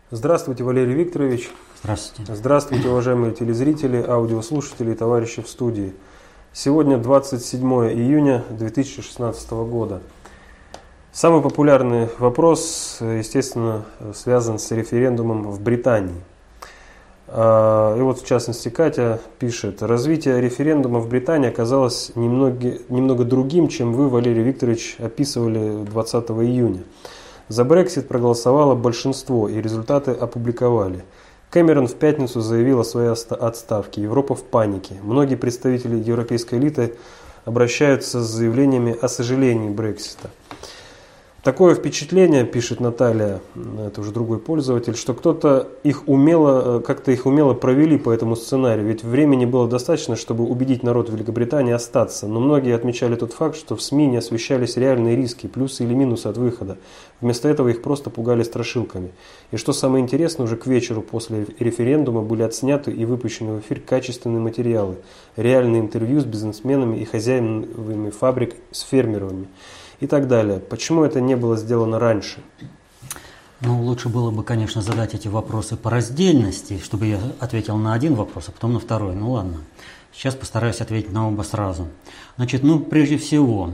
Здравствуйте, Валерий Викторович. Здравствуйте. Здравствуйте, уважаемые телезрители, аудиослушатели и товарищи в студии. Сегодня 27 июня 2016 года. Самый популярный вопрос, естественно, связан с референдумом в Британии. И вот, в частности, Катя пишет: развитие референдума в Британии оказалось немного другим, чем вы, Валерий Викторович, описывали 20 июня. За Брексит проголосовало большинство, и результаты опубликовали. Кэмерон в пятницу заявил о своей отставке. Европа в панике. Многие представители европейской элиты обращаются с заявлениями о сожалении Брексита. Такое впечатление, пишет Наталья, это уже другой пользователь, что как-то их умело провели по этому сценарию. Ведь времени было достаточно, чтобы убедить народ Великобритании остаться. Но многие отмечали тот факт, что в СМИ не освещались реальные риски, плюсы или минусы от выхода. Вместо этого их просто пугали страшилками. И что самое интересное, уже к вечеру после референдума были отсняты и выпущены в эфир качественные материалы. Реальные интервью с бизнесменами и хозяевами фабрик, с фермерами. И так далее. Почему это не было сделано раньше? Ну, лучше было бы, конечно, задать эти вопросы по раздельности, чтобы я ответил на один вопрос, а потом на второй. Ну ладно, сейчас постараюсь ответить на оба сразу. Значит, прежде всего,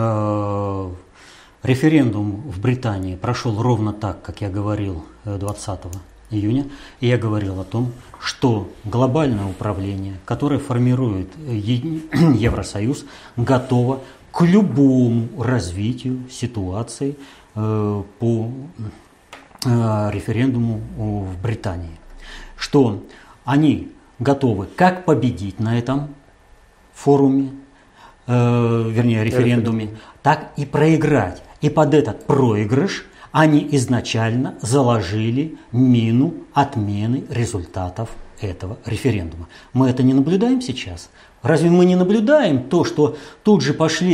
референдум в Британии прошел ровно так, как я говорил 20 июня. И я говорил о том, что глобальное управление, которое формирует Евросоюз, готово к любому развитию ситуации по референдуму в Британии. Что они готовы как победить на этом форуме, референдуме, так и проиграть. И под этот проигрыш они изначально заложили мину отмены результатов этого референдума. Мы это не наблюдаем сейчас? Разве мы не наблюдаем то, что тут же пошла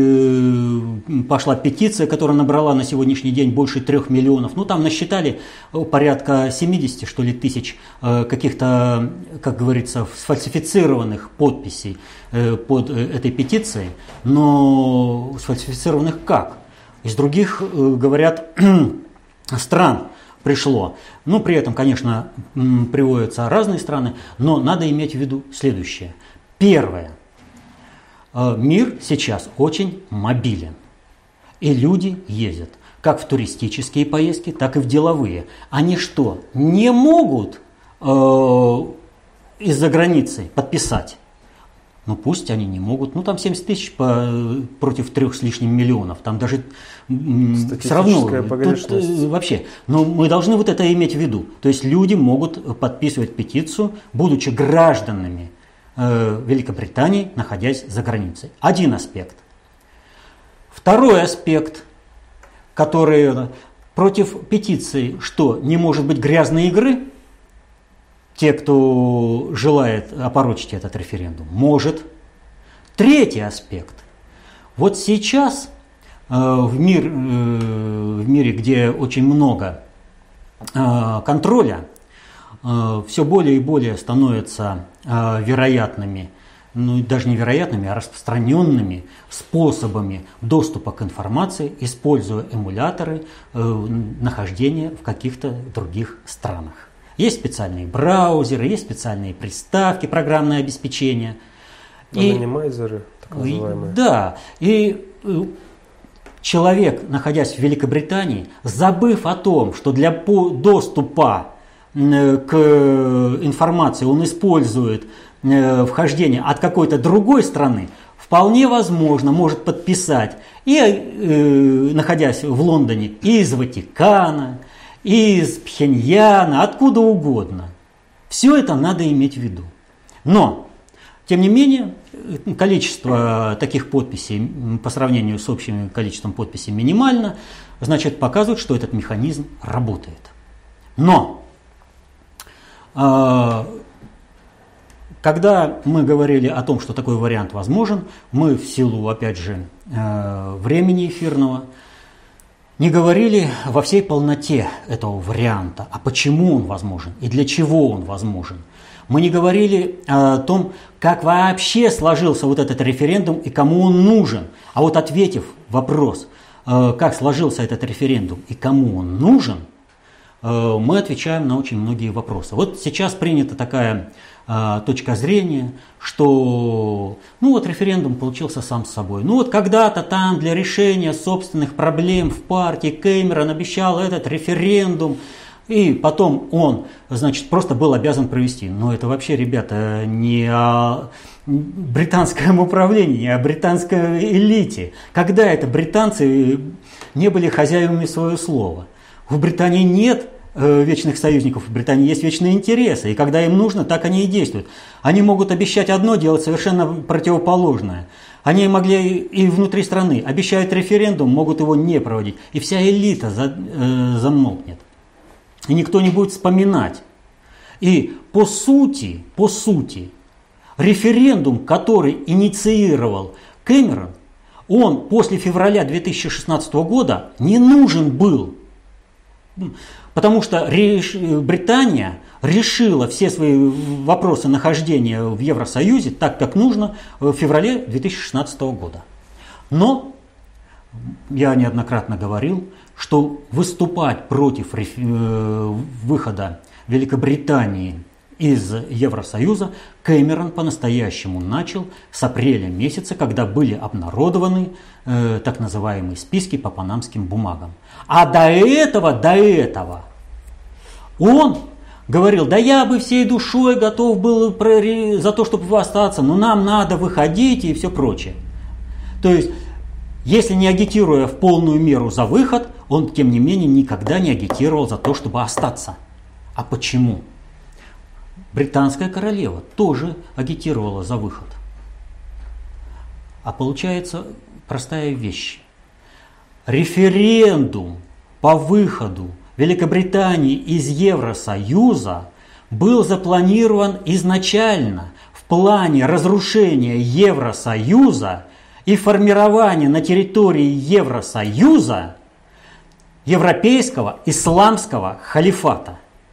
петиция, которая набрала на сегодняшний день больше 3 миллионов. Ну, там насчитали порядка 70, что ли, тысяч каких-то, как говорится, сфальсифицированных подписей под этой петицией. Но сфальсифицированных как? Из других, говорят, стран пришло. Ну, при этом, конечно, приводятся разные страны, но надо иметь в виду следующее. Первое. Мир сейчас очень мобилен. И люди ездят как в туристические поездки, так и в деловые. Они что, не могут из-за границы подписать? Ну пусть они не могут. Ну там 70 тысяч против 3 с лишним миллионов. Там даже все равно. Тут, вообще. Но мы должны вот это иметь в виду. То есть люди могут подписывать петицию, будучи гражданами Великобритании, находясь за границей. Один аспект. Второй аспект, который против петиции, что не может быть грязной игры, те, кто желает опорочить этот референдум, может. Третий аспект. Вот сейчас в мире, где очень много контроля, все более и более становятся вероятными, ну даже невероятными, а распространенными способами доступа к информации, используя эмуляторы нахождения в каких-то других странах. Есть специальные браузеры, есть специальные приставки, программное обеспечение. Анонимайзеры, так называемые. Да, и человек, находясь в Великобритании, забыв о том, что для доступа к информации он использует вхождение от какой-то другой страны, вполне возможно может подписать, и находясь в Лондоне, и из Ватикана, и из Пхеньяна, откуда угодно. Все это надо иметь в виду. Но, тем не менее, количество таких подписей по сравнению с общим количеством подписей минимально, значит, показывает, что этот механизм работает. Но когда мы говорили о том, что такой вариант возможен, мы в силу, опять же, времени эфирного не говорили во всей полноте этого варианта, а почему он возможен и для чего он возможен. Мы не говорили о том, как вообще сложился вот этот референдум и кому он нужен. А вот ответив вопрос, как сложился этот референдум и кому он нужен, мы отвечаем на очень многие вопросы. Вот сейчас принята такая точка зрения, что референдум получился сам с собой. Когда-то там для решения собственных проблем в партии Кэмерон обещал этот референдум, и потом он, просто был обязан провести. Но это вообще, ребята, не о британском управлении, не о британской элите. Когда это британцы не были хозяевами своего слова? В Британии нет вечных союзников, в Британии есть вечные интересы, и когда им нужно, так они и действуют. Они могут обещать одно, делать совершенно противоположное. Они могли и внутри страны, обещают референдум, могут его не проводить, и вся элита замолкнет. И никто не будет вспоминать. И по сути, референдум, который инициировал Кэмерон, он после февраля 2016 года не нужен был. Потому что Британия решила все свои вопросы нахождения в Евросоюзе так, как нужно в феврале 2016 года. Но я неоднократно говорил, что выступать против выхода Великобритании из Евросоюза Кэмерон по-настоящему начал с апреля месяца, когда были обнародованы так называемые списки по панамским бумагам. А до этого он говорил: да я бы всей душой готов был за то, чтобы остаться, но нам надо выходить и все прочее. То есть, если не агитируя в полную меру за выход, он, тем не менее, никогда не агитировал за то, чтобы остаться. А почему? Британская королева тоже агитировала за выход. А получается простая вещь. Референдум по выходу Великобритании из Евросоюза был запланирован изначально в плане разрушения Евросоюза и формирования на территории Евросоюза европейского исламского халифата.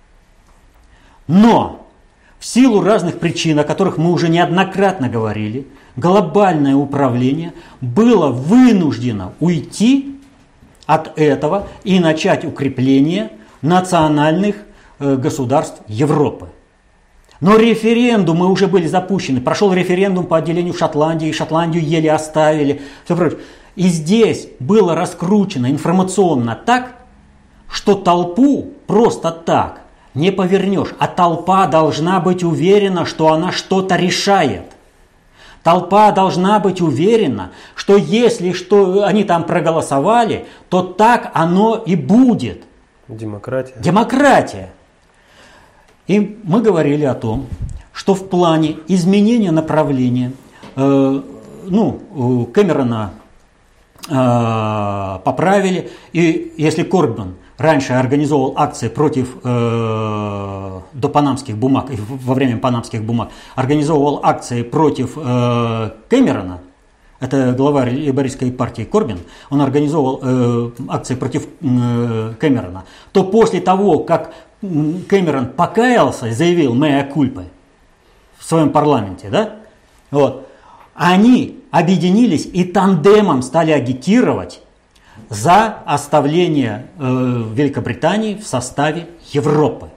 Но в силу разных причин, о которых мы уже неоднократно говорили, глобальное управление было вынуждено уйти от этого и начать укрепление национальных государств Европы. Но референдумы уже были запущены. Прошел референдум по отделению Шотландии, и Шотландию еле оставили. Все прочее. И здесь было раскручено информационно так, что толпу просто так не повернешь. А толпа должна быть уверена, что она что-то решает. Толпа должна быть уверена, что если они там проголосовали, то так оно и будет. Демократия. И мы говорили о том, что в плане изменения направления Кэмерона поправили, и если Корбин раньше организовывал акции против до панамских бумаг, и во время панамских бумаг организовывал акции против Кэмерона, это глава лейбористской партии Корбин, он организовывал акции против Кэмерона, то после того, как Кэмерон покаялся и заявил «mea culpa» в своем парламенте, они объединились и тандемом стали агитировать за оставление Великобритании в составе Европы.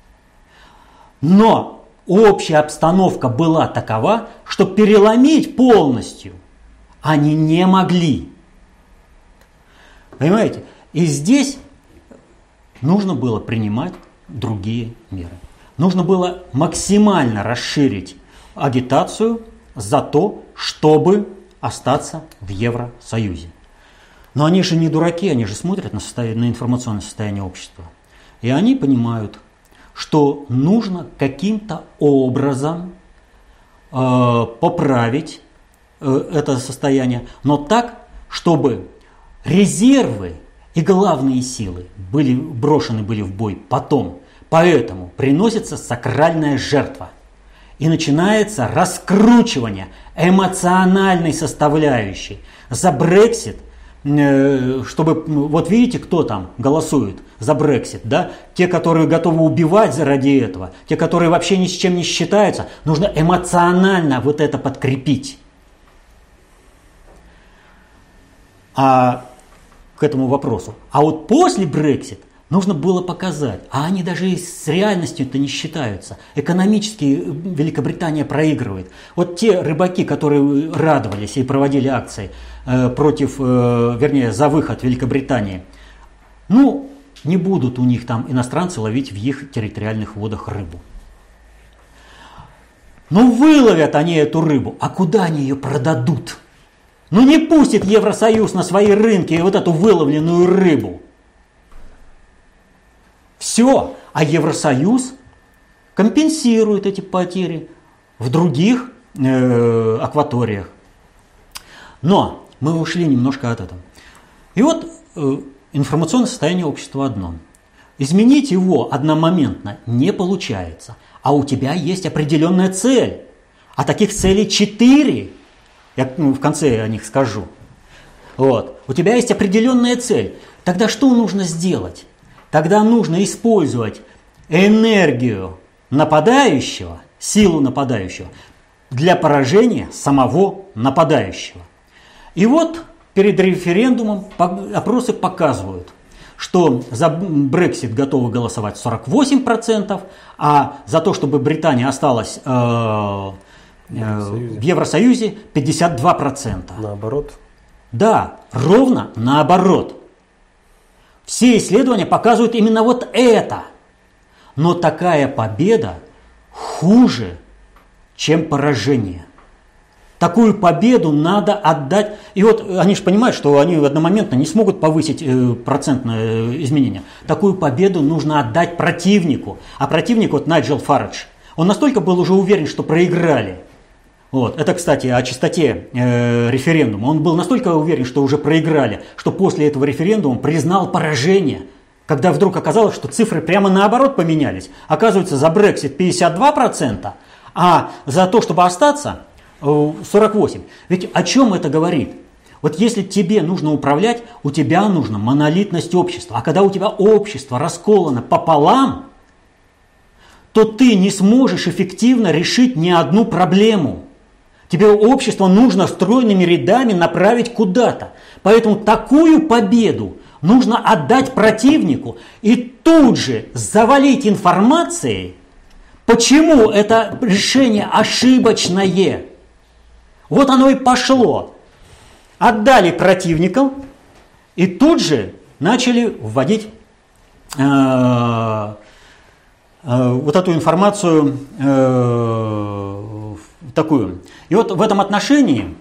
Но общая обстановка была такова, что переломить полностью они не могли. Понимаете? И здесь нужно было принимать другие меры. Нужно было максимально расширить агитацию за то, чтобы остаться в Евросоюзе. Но они же не дураки, они же смотрят на информационное состояние общества. И они понимают, что нужно каким-то образом поправить это состояние, но так, чтобы резервы и главные силы брошены были в бой потом. Поэтому приносится сакральная жертва. И начинается раскручивание эмоциональной составляющей за Брексит, чтобы, вот видите, кто там голосует за Брексит, да? Те, которые готовы убивать заради этого, те, которые вообще ни с чем не считаются, нужно эмоционально вот это подкрепить. А к этому вопросу. А вот после Брексит нужно было показать, а они даже с реальностью-то не считаются. Экономически Великобритания проигрывает. Вот те рыбаки, которые радовались и проводили акции за выход Великобритании, ну, не будут у них там иностранцы ловить в их территориальных водах рыбу. Ну, выловят они эту рыбу, а куда они ее продадут? Ну, не пустит Евросоюз на свои рынки вот эту выловленную рыбу. Все, а Евросоюз компенсирует эти потери в других акваториях. Но мы ушли немножко от этого. И вот информационное состояние общества одно. Изменить его одномоментно не получается. А у тебя есть определенная цель. А таких целей 4. Я в конце о них скажу. Вот. У тебя есть определенная цель. Тогда что нужно сделать? Тогда нужно использовать энергию нападающего, силу нападающего, для поражения самого нападающего. И вот перед референдумом опросы показывают, что за Брексит готовы голосовать 48%, а за то, чтобы Британия осталась в Евросоюзе 52%. Наоборот? Да, ровно наоборот. Все исследования показывают именно вот это. Но такая победа хуже, чем поражение. Такую победу надо отдать. И вот они же понимают, что они одномоментно не смогут повысить процентное изменение. Такую победу нужно отдать противнику. А противник, вот Найджел Фарадж, он настолько был уже уверен, что проиграли. Вот. Это, кстати, о чистоте референдума. Он был настолько уверен, что уже проиграли, что после этого референдума признал поражение. Когда вдруг оказалось, что цифры прямо наоборот поменялись. Оказывается, за Брексит 52%, а за то, чтобы остаться, 48%. Ведь о чем это говорит? Вот если тебе нужно управлять, у тебя нужна монолитность общества. А когда у тебя общество расколано пополам, то ты не сможешь эффективно решить ни одну проблему. Тебе общество нужно стройными рядами направить куда-то. Поэтому такую победу нужно отдать противнику и тут же завалить информацией, почему это решение ошибочное. Вот оно и пошло. Отдали противникам и тут же начали вводить вот эту информацию такую. И вот в этом отношении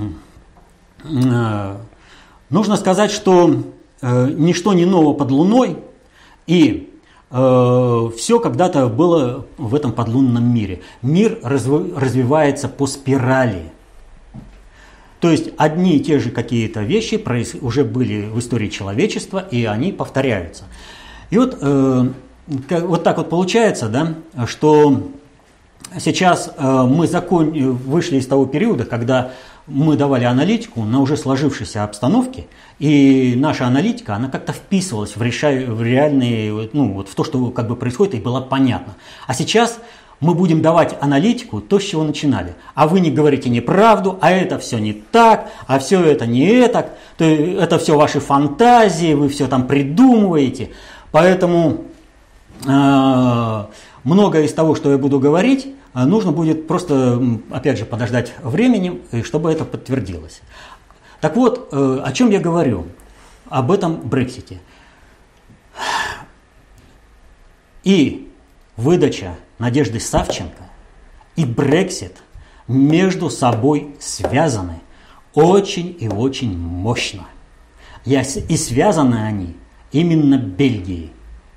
нужно сказать, что ничто не ново под луной, и все когда-то было в этом подлунном мире. Мир развивается по спирали. То есть одни и те же какие-то вещи уже были в истории человечества, и они повторяются. И вот так вот получается, да, что сейчас мы вышли из того периода, когда мы давали аналитику на уже сложившейся обстановке, и наша аналитика, она как-то вписывалась в реальные, ну, вот в то, что как бы происходит, и было понятно. А сейчас мы будем давать аналитику, то, с чего начинали. А вы не говорите неправду, а это все не так, а все это не так, то это все ваши фантазии, вы все там придумываете. Поэтому многое из того, что я буду говорить, нужно будет просто, опять же, подождать времени, чтобы это подтвердилось. Так вот, о чем я говорю? Об этом Брексите. И выдача Надежды Савченко и Брексит между собой связаны очень и очень мощно. И связаны они именно Бельгией.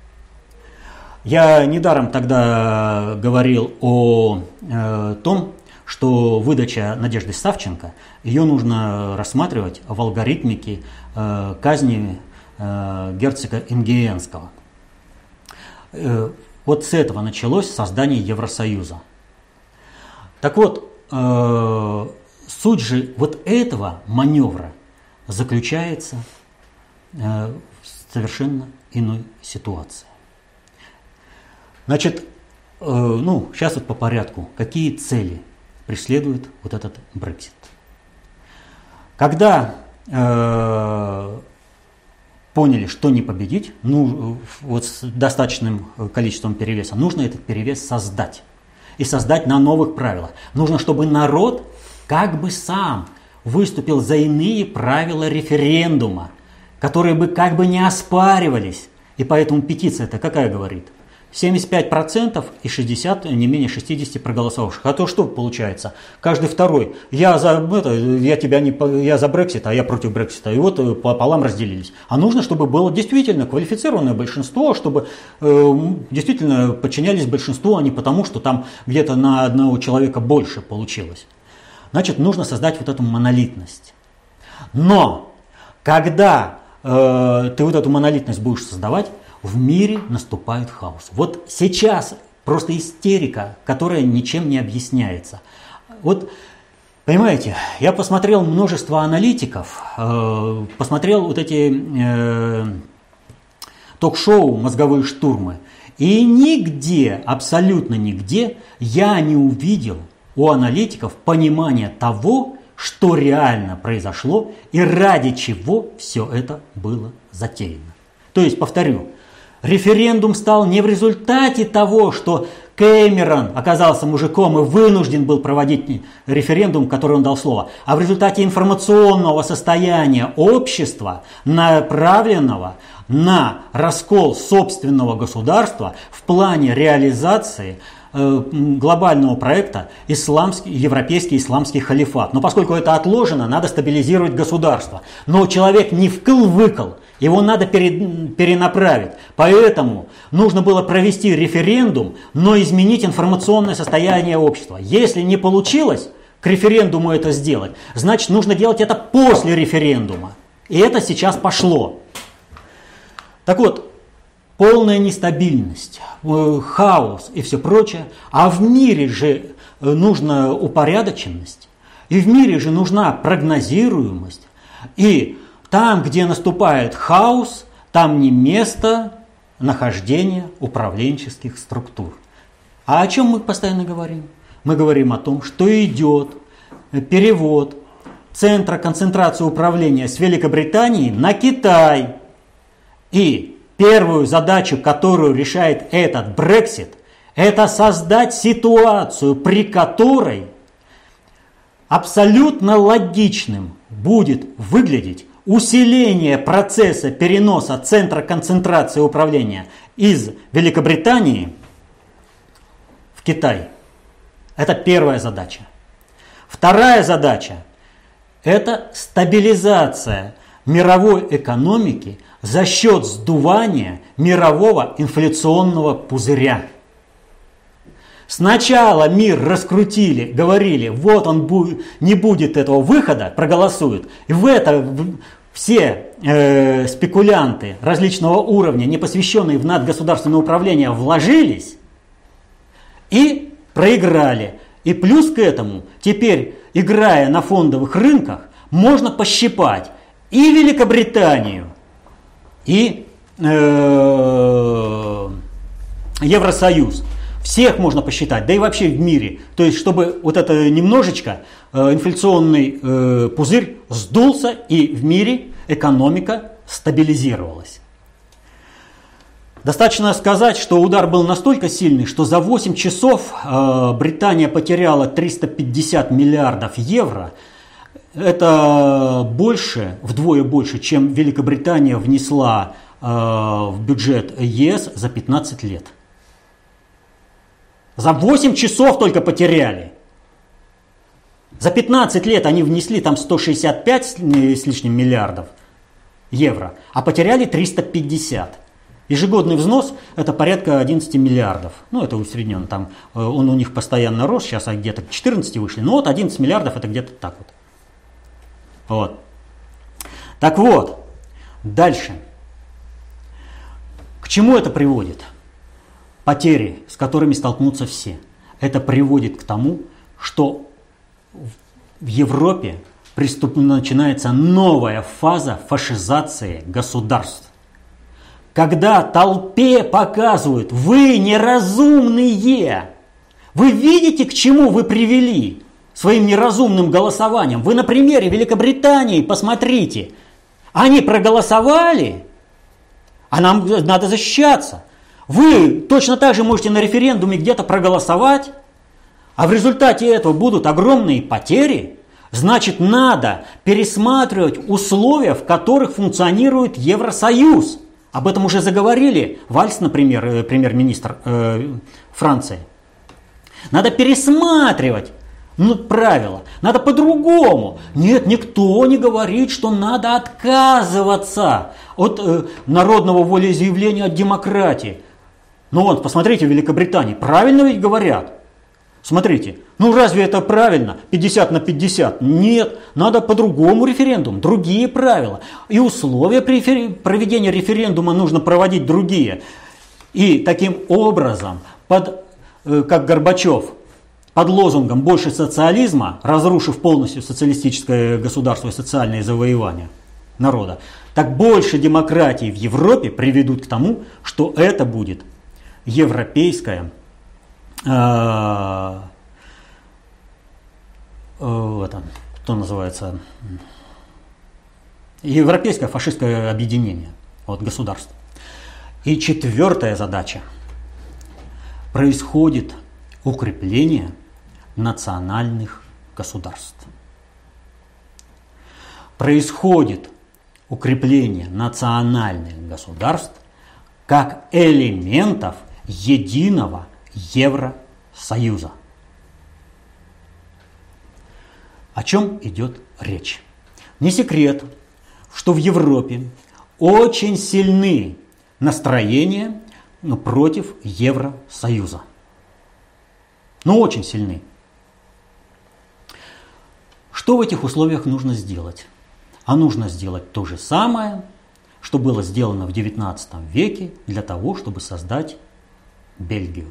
Я недаром тогда говорил о том, что выдача Надежды Савченко, ее нужно рассматривать в алгоритмике казни герцога Ингиенского. Вот с этого началось создание Евросоюза. Так вот, суть же вот этого маневра заключается в совершенно иной ситуации. Значит, сейчас вот по порядку. Какие цели преследует вот этот Брексит? Когда поняли, что не победить, ну, вот с достаточным количеством перевеса, нужно этот перевес создать. И создать на новых правилах. Нужно, чтобы народ как бы сам выступил за иные правила референдума, которые бы как бы не оспаривались. И поэтому петиция-то какая говорит? 75% и 60, не менее 60 проголосовавших. А то что получается? Каждый второй. Я за Брексит, а я против Брексита. И вот пополам разделились. А нужно, чтобы было действительно квалифицированное большинство, чтобы действительно подчинялись большинству, а не потому, что там где-то на одного человека больше получилось. Значит, нужно создать вот эту монолитность. Но когда ты вот эту монолитность будешь создавать, в мире наступает хаос. Вот сейчас просто истерика, которая ничем не объясняется. Вот, понимаете, я посмотрел множество аналитиков, посмотрел вот эти ток-шоу «Мозговые штурмы», и нигде, абсолютно нигде я не увидел у аналитиков понимания того, что реально произошло и ради чего все это было затеяно. То есть, повторю, референдум стал не в результате того, что Кэмерон оказался мужиком и вынужден был проводить референдум, который он дал слово, а в результате информационного состояния общества, направленного на раскол собственного государства в плане реализации глобального проекта Европейский исламский халифат. Но поскольку это отложено, надо стабилизировать государство. Но человек не вкл-выкл, его надо перенаправить. Поэтому нужно было провести референдум, но изменить информационное состояние общества. Если не получилось к референдуму это сделать, значит нужно делать это после референдума. И это сейчас пошло. Так вот, полная нестабильность, хаос и все прочее. А в мире же нужна упорядоченность, и в мире же нужна прогнозируемость. И там, где наступает хаос, там не место нахождения управленческих структур. А о чем мы постоянно говорим? Мы говорим о том, что идет перевод центра концентрации управления с Великобритании на Китай. И первую задачу, которую решает этот Брексит, это создать ситуацию, при которой абсолютно логичным будет выглядеть усиление процесса переноса центра концентрации управления из Великобритании в Китай. Это первая задача. Вторая задача – это стабилизация мировой экономики за счет сдувания мирового инфляционного пузыря. Сначала мир раскрутили, говорили, вот он не будет этого выхода, проголосуют. И в это все спекулянты различного уровня, не посвященные в надгосударственное управление, вложились и проиграли. И плюс к этому, теперь, играя на фондовых рынках, можно пощипать и Великобританию, и Евросоюз. Всех можно посчитать, да и вообще в мире. То есть, чтобы вот это немножечко инфляционный пузырь сдулся, и в мире экономика стабилизировалась. Достаточно сказать, что удар был настолько сильный, что за 8 часов Британия потеряла 350 миллиардов евро. Это больше, вдвое больше, чем Великобритания внесла в бюджет ЕС за 15 лет. За 8 часов только потеряли. За 15 лет они внесли там 165 с лишним миллиардов евро, а потеряли 350. Ежегодный взнос это порядка 11 миллиардов. Ну, это усредненно. Там он у них постоянно рос, сейчас где-то к 14 вышли. Но вот 11 миллиардов это где-то так вот. Вот. Так вот, дальше. К чему это приводит? Потери, с которыми столкнутся все. Это приводит к тому, что в Европе начинается новая фаза фашизации государств. Когда толпе показывают, вы неразумные, вы видите, к чему вы привели своим неразумным голосованием. Вы на примере Великобритании посмотрите. Они проголосовали А нам надо защищаться. Вы точно так же можете на референдуме где-то проголосовать, а в результате этого будут огромные потери. Значит, надо пересматривать условия, в которых функционирует Евросоюз. Об этом уже заговорили Вальс, например, премьер-министр Франции. Надо пересматривать правила. Надо по-другому. Нет, никто не говорит, что надо отказываться от народного волеизъявления, от демократии. Ну вот, посмотрите, в Великобритании правильно ведь говорят? Смотрите, ну разве это правильно? 50 на 50? Нет, надо по-другому референдум, другие правила. И условия при проведении референдума нужно проводить другие. И таким образом, как Горбачев, под лозунгом «больше социализма», разрушив полностью социалистическое государство и социальные завоевания народа, так больше демократии в Европе приведут к тому, что это будет европейская, что называется, европейское фашистское объединение государств. И четвертая задача. Происходит укрепление национальных государств. Происходит укрепление национальных государств как элементов единого Евросоюза. О чем идет речь? Не секрет, что в Европе очень сильны настроения против Евросоюза. Но очень сильны. Что в этих условиях нужно сделать? А нужно сделать то же самое, что было сделано в XIX веке для того, чтобы создать Бельгию.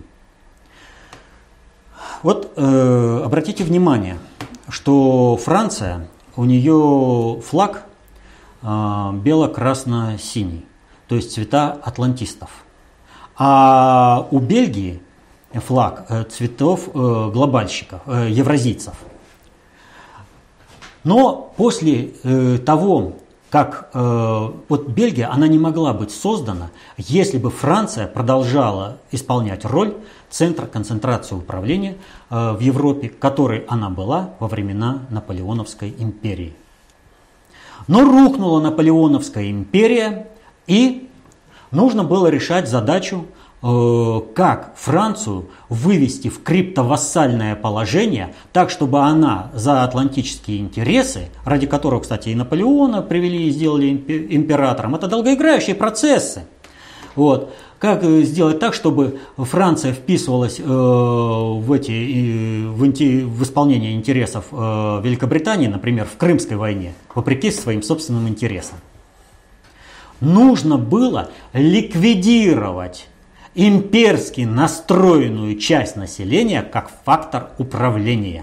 Вот обратите внимание, что Франция, у нее флаг бело-красно-синий, то есть цвета атлантистов. А у Бельгии флаг цветов глобальщиков, евразийцев. Но после того, как Бельгия, она не могла быть создана, если бы Франция продолжала исполнять роль центра концентрации управления в Европе, которой она была во времена Наполеоновской империи. Но рухнула Наполеоновская империя, и нужно было решать задачу, как Францию вывести в криптовассальное положение, так, чтобы она за атлантические интересы, ради которых, кстати, и Наполеона привели и сделали императором, это долгоиграющие процессы. Как сделать так, чтобы Франция вписывалась в исполнение интересов Великобритании, например, в Крымской войне, вопреки своим собственным интересам. Нужно было ликвидировать имперски настроенную часть населения как фактор управления.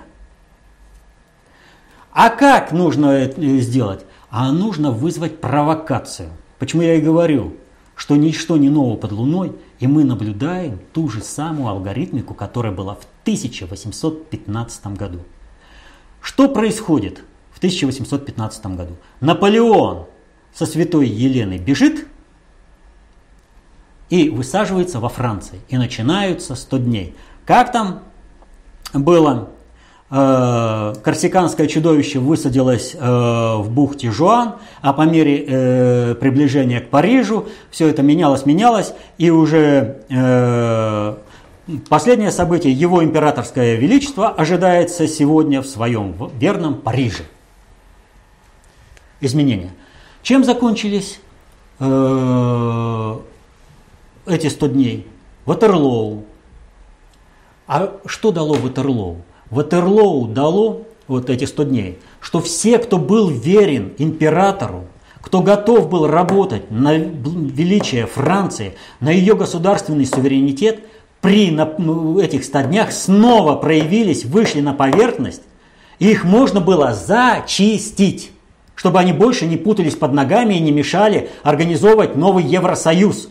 А как нужно это сделать? А нужно вызвать провокацию. Почему я и говорю, что ничто не ново под луной, и мы наблюдаем ту же самую алгоритмику, которая была в 1815 году. Что происходит в 1815 году? Наполеон со святой Еленой бежит и высаживается во Франции. И начинаются 100 дней. Как там было? Корсиканское чудовище высадилось в бухте Жуан, а по мере приближения к Парижу все это менялось, и уже последнее событие, его императорское величество, ожидается сегодня в своем верном Париже. Изменения. Чем закончились эти 100 дней? Ватерлоу. А что дало Ватерлоу? Ватерлоу дало эти 100 дней, что все, кто был верен императору, кто готов был работать на величие Франции, на ее государственный суверенитет, при этих 100 днях снова проявились, вышли на поверхность, и их можно было зачистить, чтобы они больше не путались под ногами и не мешали организовывать новый Евросоюз.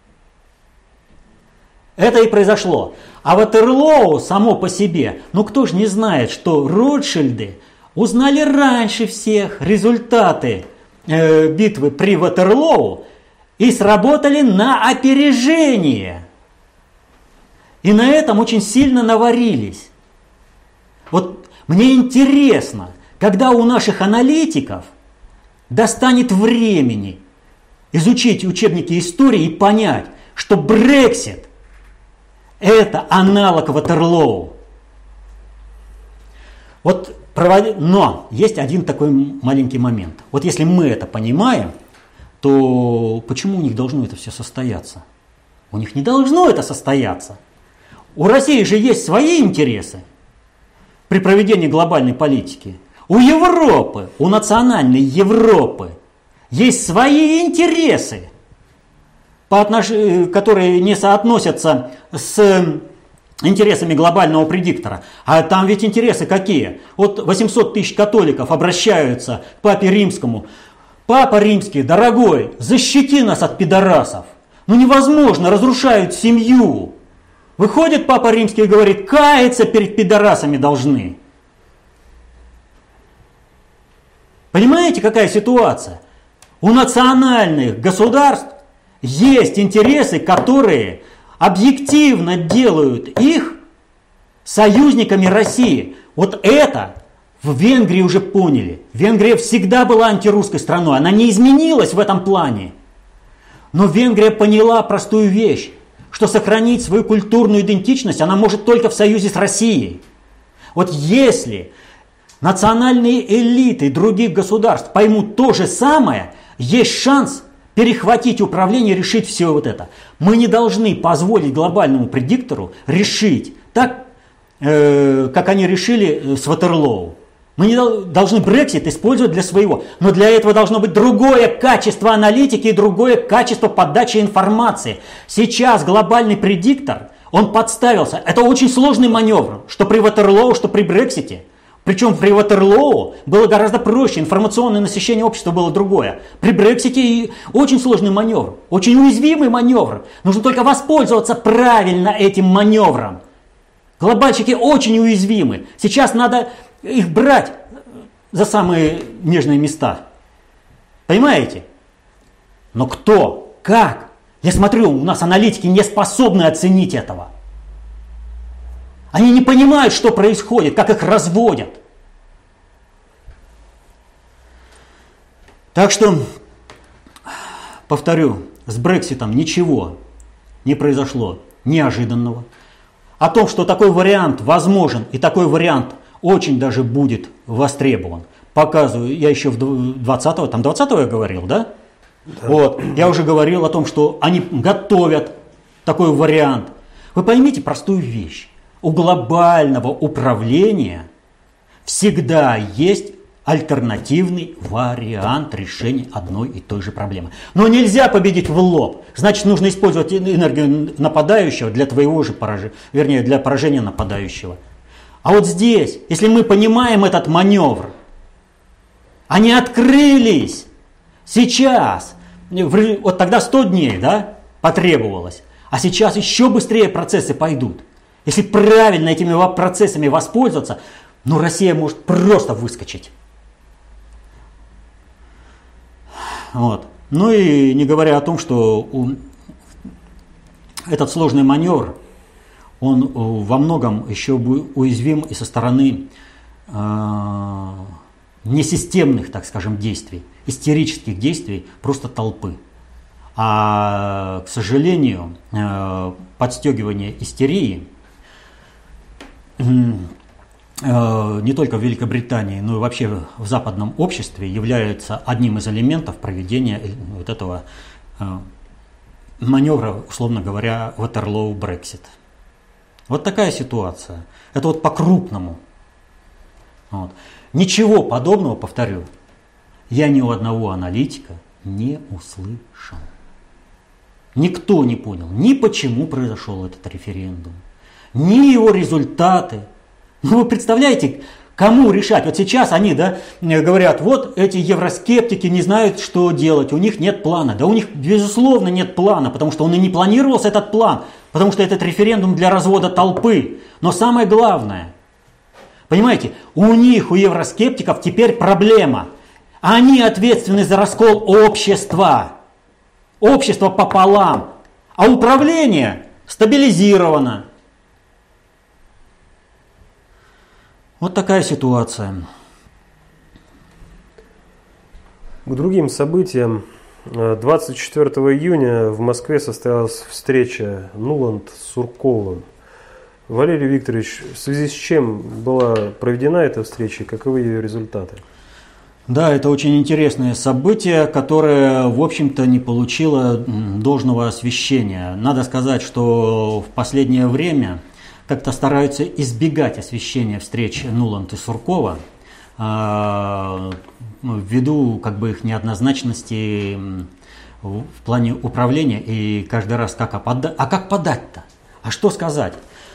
Это и произошло. А Ватерлоу само по себе, кто же не знает, что Ротшильды узнали раньше всех результаты битвы при Ватерлоу и сработали на опережение. И на этом очень сильно наварились. Вот мне интересно, когда у наших аналитиков достанет времени изучить учебники истории и понять, что Брексит – это аналог Ватерлоу. Вот, но есть один такой маленький момент. Вот если мы это понимаем, то почему у них должно это все состояться? У них не должно это состояться. У России же есть свои интересы при проведении глобальной политики. У Европы, у национальной Европы есть свои интересы, которые не соотносятся с интересами глобального предиктора. А там ведь интересы какие? Вот 800 тысяч католиков обращаются к Папе Римскому. Папа Римский, дорогой, защити нас от пидорасов. Ну невозможно, разрушают семью. Выходит Папа Римский и говорит, каяться перед пидорасами должны. Понимаете, какая ситуация? У национальных государств есть интересы, которые объективно делают их союзниками России. Вот это в Венгрии уже поняли. Венгрия всегда была антирусской страной, она не изменилась в этом плане. Но Венгрия поняла простую вещь, что сохранить свою культурную идентичность она может только в союзе с Россией. Вот если национальные элиты других государств поймут то же самое, есть шанс перехватить управление и решить все вот это. Мы не должны позволить глобальному предиктору решить так, как они решили с Ватерлоу. Мы не должны Брексит использовать для своего. Но для этого должно быть другое качество аналитики и другое качество подачи информации. Сейчас глобальный предиктор, он подставился. Это очень сложный маневр, что при Ватерлоу, что при Брексите. Причем при Ватерлоу было гораздо проще, информационное насыщение общества было другое. При Брексите очень сложный маневр, очень уязвимый маневр. Нужно только воспользоваться правильно этим маневром. Глобальщики очень уязвимы. Сейчас надо их брать за самые нежные места. Понимаете? Но кто? Как? Я смотрю, у нас аналитики не способны оценить этого. Они не понимают, что происходит, как их разводят. Так что, повторю, с Брекситом ничего не произошло неожиданного. О том, что такой вариант возможен и такой вариант очень даже будет востребован, показываю, я еще в 20-го, там 20-го я говорил, да? Да. Вот, я уже говорил о том, что они готовят такой вариант. Вы поймите простую вещь. У глобального управления всегда есть альтернативный вариант решения одной и той же проблемы. Но нельзя победить в лоб. Значит, нужно использовать энергию нападающего для твоего же поражения, вернее, для поражения нападающего. А вот здесь, если мы понимаем этот маневр, они открылись сейчас. Вот тогда 100 дней, да, потребовалось. А сейчас еще быстрее процессы пойдут. Если правильно этими процессами воспользоваться, ну, Россия может просто выскочить. Вот. Ну и не говоря о том, что этот сложный маневр, он во многом еще уязвим и со стороны несистемных, так скажем, действий, истерических действий просто толпы. А, к сожалению, подстегивание истерии не только в Великобритании, но и вообще в западном обществе является одним из элементов проведения вот этого маневра, условно говоря, Ватерлоу-Брексит. Вот такая ситуация. Это вот по-крупному. Вот. Ничего подобного, повторю, я ни у одного аналитика не услышал. Никто не понял, ни почему произошел этот референдум, ни его результаты. Ну, вы представляете, кому решать? Вот сейчас они, да, говорят, вот эти евроскептики не знают, что делать, у них нет плана. Да у них, безусловно, нет плана, потому что он и не планировался, этот план, потому что этот референдум для развода толпы. Но самое главное, понимаете, у них, у евроскептиков теперь проблема. Они ответственны за раскол общества. Общество пополам, а управление стабилизировано. Вот такая ситуация. К другим событиям. 24 июня в Москве состоялась встреча Нуланд с Сурковым. Валерий Викторович, в связи с чем была проведена эта встреча и каковы ее результаты? Да, это очень интересное событие, которое, в общем-то, не получило должного освещения. Надо сказать, что в последнее время как-то стараются избегать освещения встреч Нуланд и Суркова, ввиду их неоднозначности в плане управления и каждый раз как подать-то? А что сказать?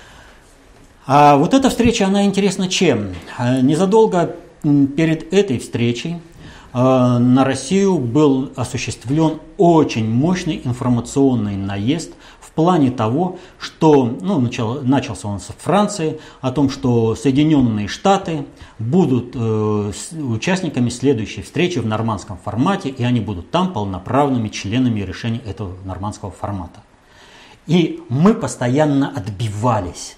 А вот эта встреча, она интересна чем? Незадолго перед этой встречей на Россию был осуществлен очень мощный информационный наезд в плане того, что начался он со Франции, о том, что Соединенные Штаты будут участниками следующей встречи в нормандском формате, и они будут там полноправными членами решения этого нормандского формата. И мы постоянно отбивались.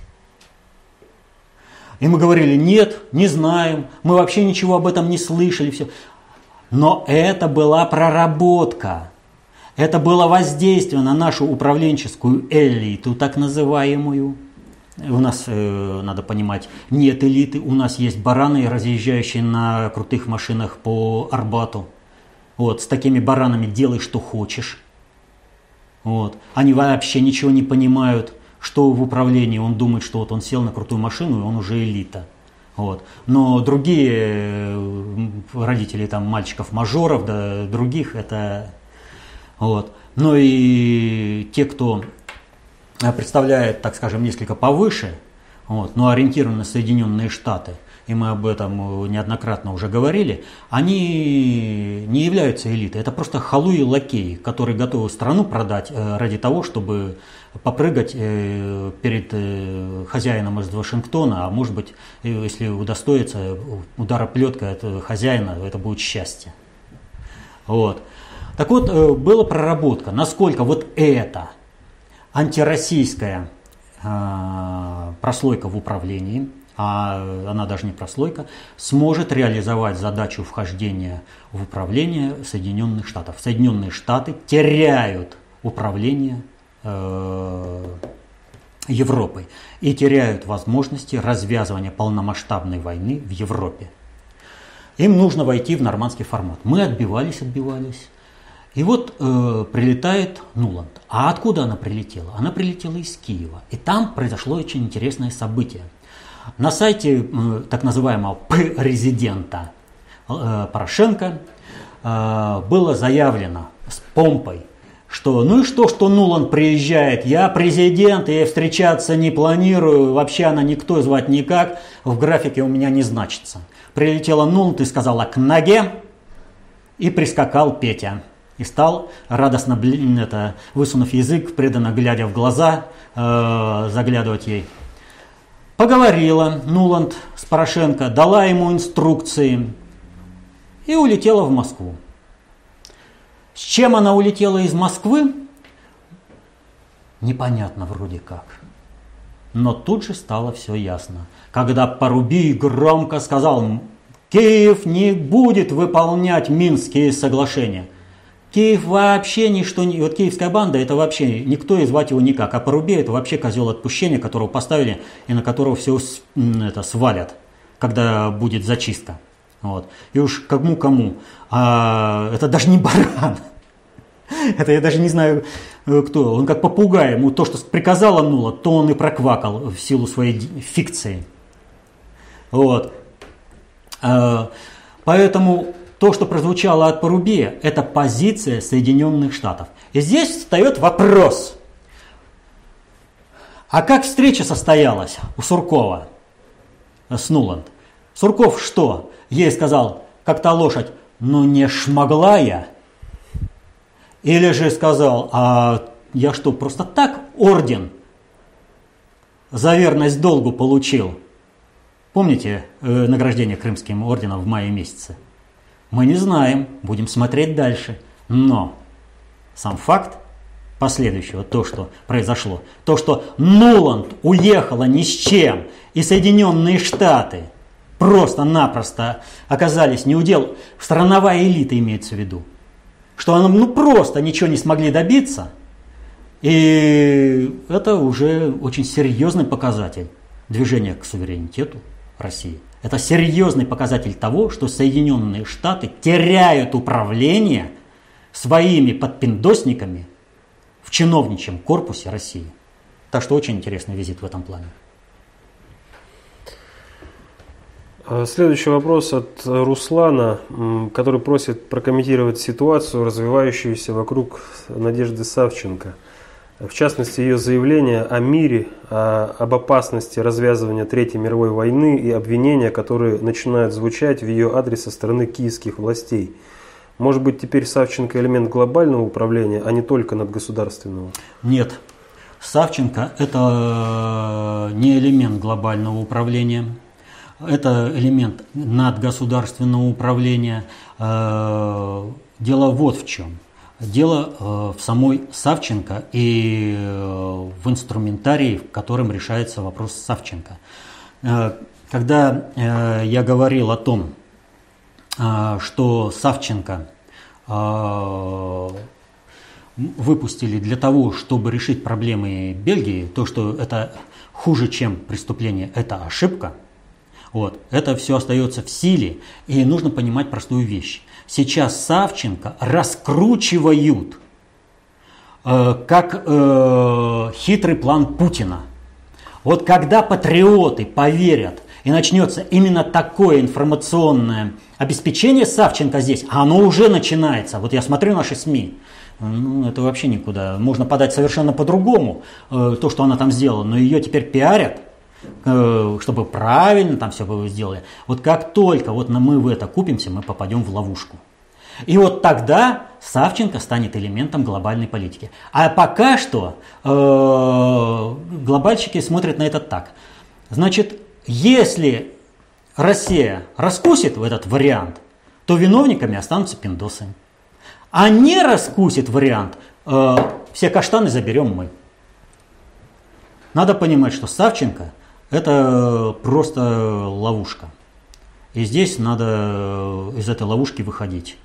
И мы говорили: нет, не знаем, мы вообще ничего об этом не слышали. Все. Но это была проработка. Это было воздействие на нашу управленческую элиту, так называемую. У нас, надо понимать, нет элиты, у нас есть бараны, разъезжающие на крутых машинах по Арбату. Вот, с такими баранами делай, что хочешь. Вот. Они вообще ничего не понимают, что в управлении. Он думает, что вот он сел на крутую машину, и он уже элита. Вот. Но другие родители мальчиков-мажоров, да, других, это... Вот. Но и те, кто представляет, так скажем, несколько повыше, но ориентированы на Соединенные Штаты, и мы об этом неоднократно уже говорили, они не являются элитой. Это просто халуи и лакеи, которые готовы страну продать ради того, чтобы попрыгать перед хозяином из Вашингтона, а может быть, если удостоится удара плеткой от хозяина, это будет счастье. Вот. Так вот, была проработка, насколько вот эта антироссийская прослойка в управлении, а она даже не прослойка, сможет реализовать задачу вхождения в управление Соединенных Штатов. Соединенные Штаты теряют управление Европой и теряют возможности развязывания полномасштабной войны в Европе. Им нужно войти в нормандский формат. Мы отбивались. И вот прилетает Нуланд. А откуда она прилетела? Она прилетела из Киева. И там произошло очень интересное событие. На сайте так называемого президента Порошенко было заявлено с помпой, что что Нуланд приезжает, я президент, я встречаться не планирую, вообще она никто, звать никак, в графике у меня не значится. Прилетела Нуланд и сказала к ноге, и прискакал Петя. И стал радостно, высунув язык, преданно глядя в глаза, заглядывать ей. Поговорила Нуланд с Порошенко, дала ему инструкции и улетела в Москву. С чем она улетела из Москвы? Непонятно вроде как. Но тут же стало все ясно. Когда Порубий громко сказал: Киев не будет выполнять Минские соглашения. Киев вообще ничто не... Вот киевская банда, это вообще никто, и звать его никак. А Порубей — это вообще козел отпущения, которого поставили и на которого все свалят, когда будет зачистка. Вот. И уж кому-кому. А это даже не баран. Это я даже не знаю, кто. Он как попугай. Ему то, что приказала Нуланд, то он и проквакал в силу своей фикции. Вот. Поэтому... То, что прозвучало от Порубия, это позиция Соединенных Штатов. И здесь встает вопрос. А как встреча состоялась у Суркова с Нуланд? Сурков что? Ей сказал, как та лошадь, не шмогла я? Или же сказал, а я что, просто так орден за верность долгу получил? Помните награждение Крымским орденом в мае месяце? Мы не знаем, будем смотреть дальше. Но сам факт последующего, то, что произошло, то, что Нуланд уехала ни с чем, и Соединенные Штаты просто-напросто оказались неудел, страновая элита имеется в виду, что они просто ничего не смогли добиться, и это уже очень серьезный показатель движения к суверенитету России. Это серьезный показатель того, что Соединенные Штаты теряют управление своими подпиндосниками в чиновничьем корпусе России. Так что очень интересный визит в этом плане. Следующий вопрос от Руслана, который просит прокомментировать ситуацию, развивающуюся вокруг Надежды Савченко. В частности, ее заявление о мире, об опасности развязывания Третьей мировой войны и обвинения, которые начинают звучать в ее адрес со стороны киевских властей. Может быть, теперь Савченко элемент глобального управления, а не только надгосударственного? Нет. Савченко – это не элемент глобального управления. Это элемент надгосударственного управления. Дело вот в чем. Дело в самой Савченко и в инструментарии, в котором решается вопрос Савченко. Когда я говорил о том, что Савченко выпустили для того, чтобы решить проблемы Бельгии, то, что это хуже, чем преступление, это ошибка, вот, это все остается в силе, и нужно понимать простую вещь. Сейчас Савченко раскручивают как хитрый план Путина. Вот когда патриоты поверят, и начнется именно такое информационное обеспечение Савченко здесь, а оно уже начинается. Вот я смотрю наши СМИ, это вообще никуда. Можно подать совершенно по-другому то, что она там сделала, но ее теперь пиарят, чтобы правильно там все было сделали. Вот как только вот мы в это купимся, мы попадем в ловушку. И вот тогда Савченко станет элементом глобальной политики. А пока что глобальщики смотрят на это так. Значит, если Россия раскусит в этот вариант, то виновниками останутся пиндосы. А не раскусит вариант, все каштаны заберем мы. Надо понимать, что Савченко – это просто ловушка. И здесь надо из этой ловушки выходить.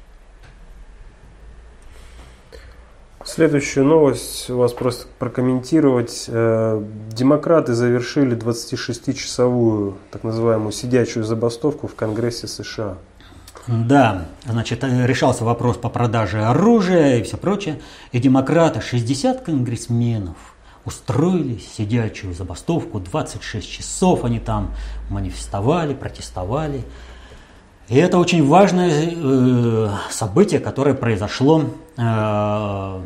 Следующую новость вас просто прокомментировать. Демократы завершили 26-часовую так называемую сидячую забастовку в Конгрессе США. Да, значит, решался вопрос по продаже оружия и все прочее. И демократы, 60 конгрессменов, устроили сидячую забастовку. 26 часов они там манифестовали, протестовали. И это очень важное событие, которое произошло в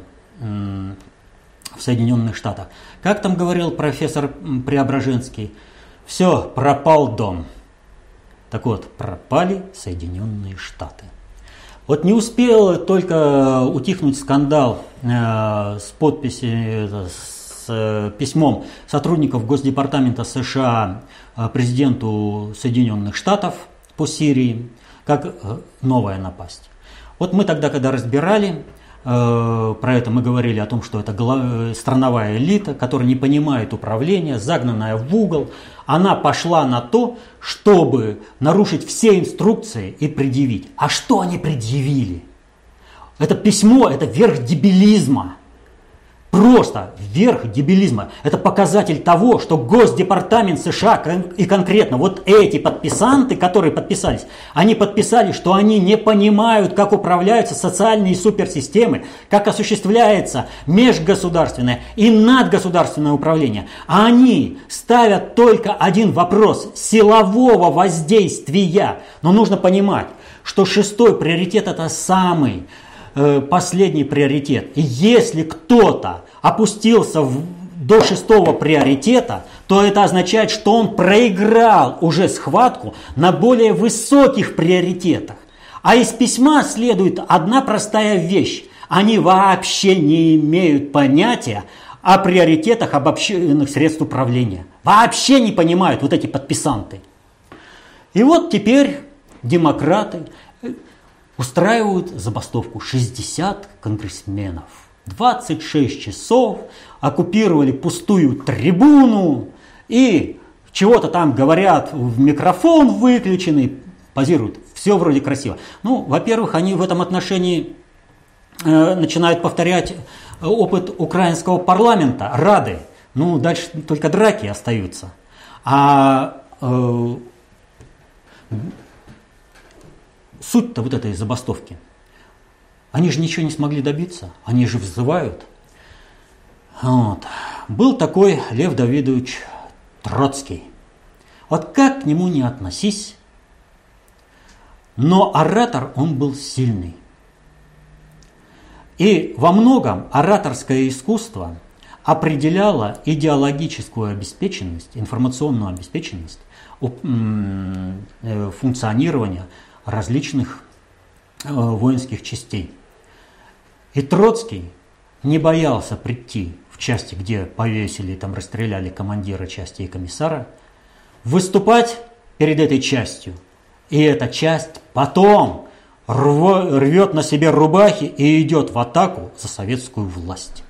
Соединенных Штатах. Как там говорил профессор Преображенский, все, пропал дом. Так вот, пропали Соединенные Штаты. Вот не успел только утихнуть скандал с подписью, с письмом сотрудников Госдепартамента США президенту Соединенных Штатов по Сирии, как новая напасть. Вот мы тогда, когда разбирали про это, мы говорили о том, что это страновая элита, которая не понимает управления, загнанная в угол. Она пошла на то, чтобы нарушить все инструкции и предъявить. А что они предъявили? Это письмо, это верх дебилизма. Просто верх дебилизма. Это показатель того, что Госдепартамент США и конкретно вот эти подписанты, которые подписались, они подписали, что они не понимают, как управляются социальные суперсистемы, как осуществляется межгосударственное и надгосударственное управление. А они ставят только один вопрос – силового воздействия. Но нужно понимать, что 6-й приоритет – это самый последний приоритет. И если кто-то опустился до 6-го приоритета, то это означает, что он проиграл уже схватку на более высоких приоритетах. А из письма следует одна простая вещь. Они вообще не имеют понятия о приоритетах обобщенных средств управления. Вообще не понимают вот эти подписанты. И вот теперь демократы устраивают забастовку. 60 конгрессменов 26 часов оккупировали пустую трибуну и чего-то там говорят в микрофон выключенный, позируют. Все вроде красиво. Ну, во-первых, они в этом отношении начинают повторять опыт украинского парламента, Рады. Ну, дальше только драки остаются. А суть-то вот этой забастовки. Они же ничего не смогли добиться. Они же взывают. Вот. Был такой Лев Давидович Троцкий. Вот как к нему не относись, но оратор он был сильный. И во многом ораторское искусство определяло идеологическую обеспеченность, информационную обеспеченность функционирования различных воинских частей. И Троцкий не боялся прийти в части, где повесили, там расстреляли командира части и комиссара, выступать перед этой частью. И эта часть потом рвет на себе рубахи и идет в атаку за советскую власть.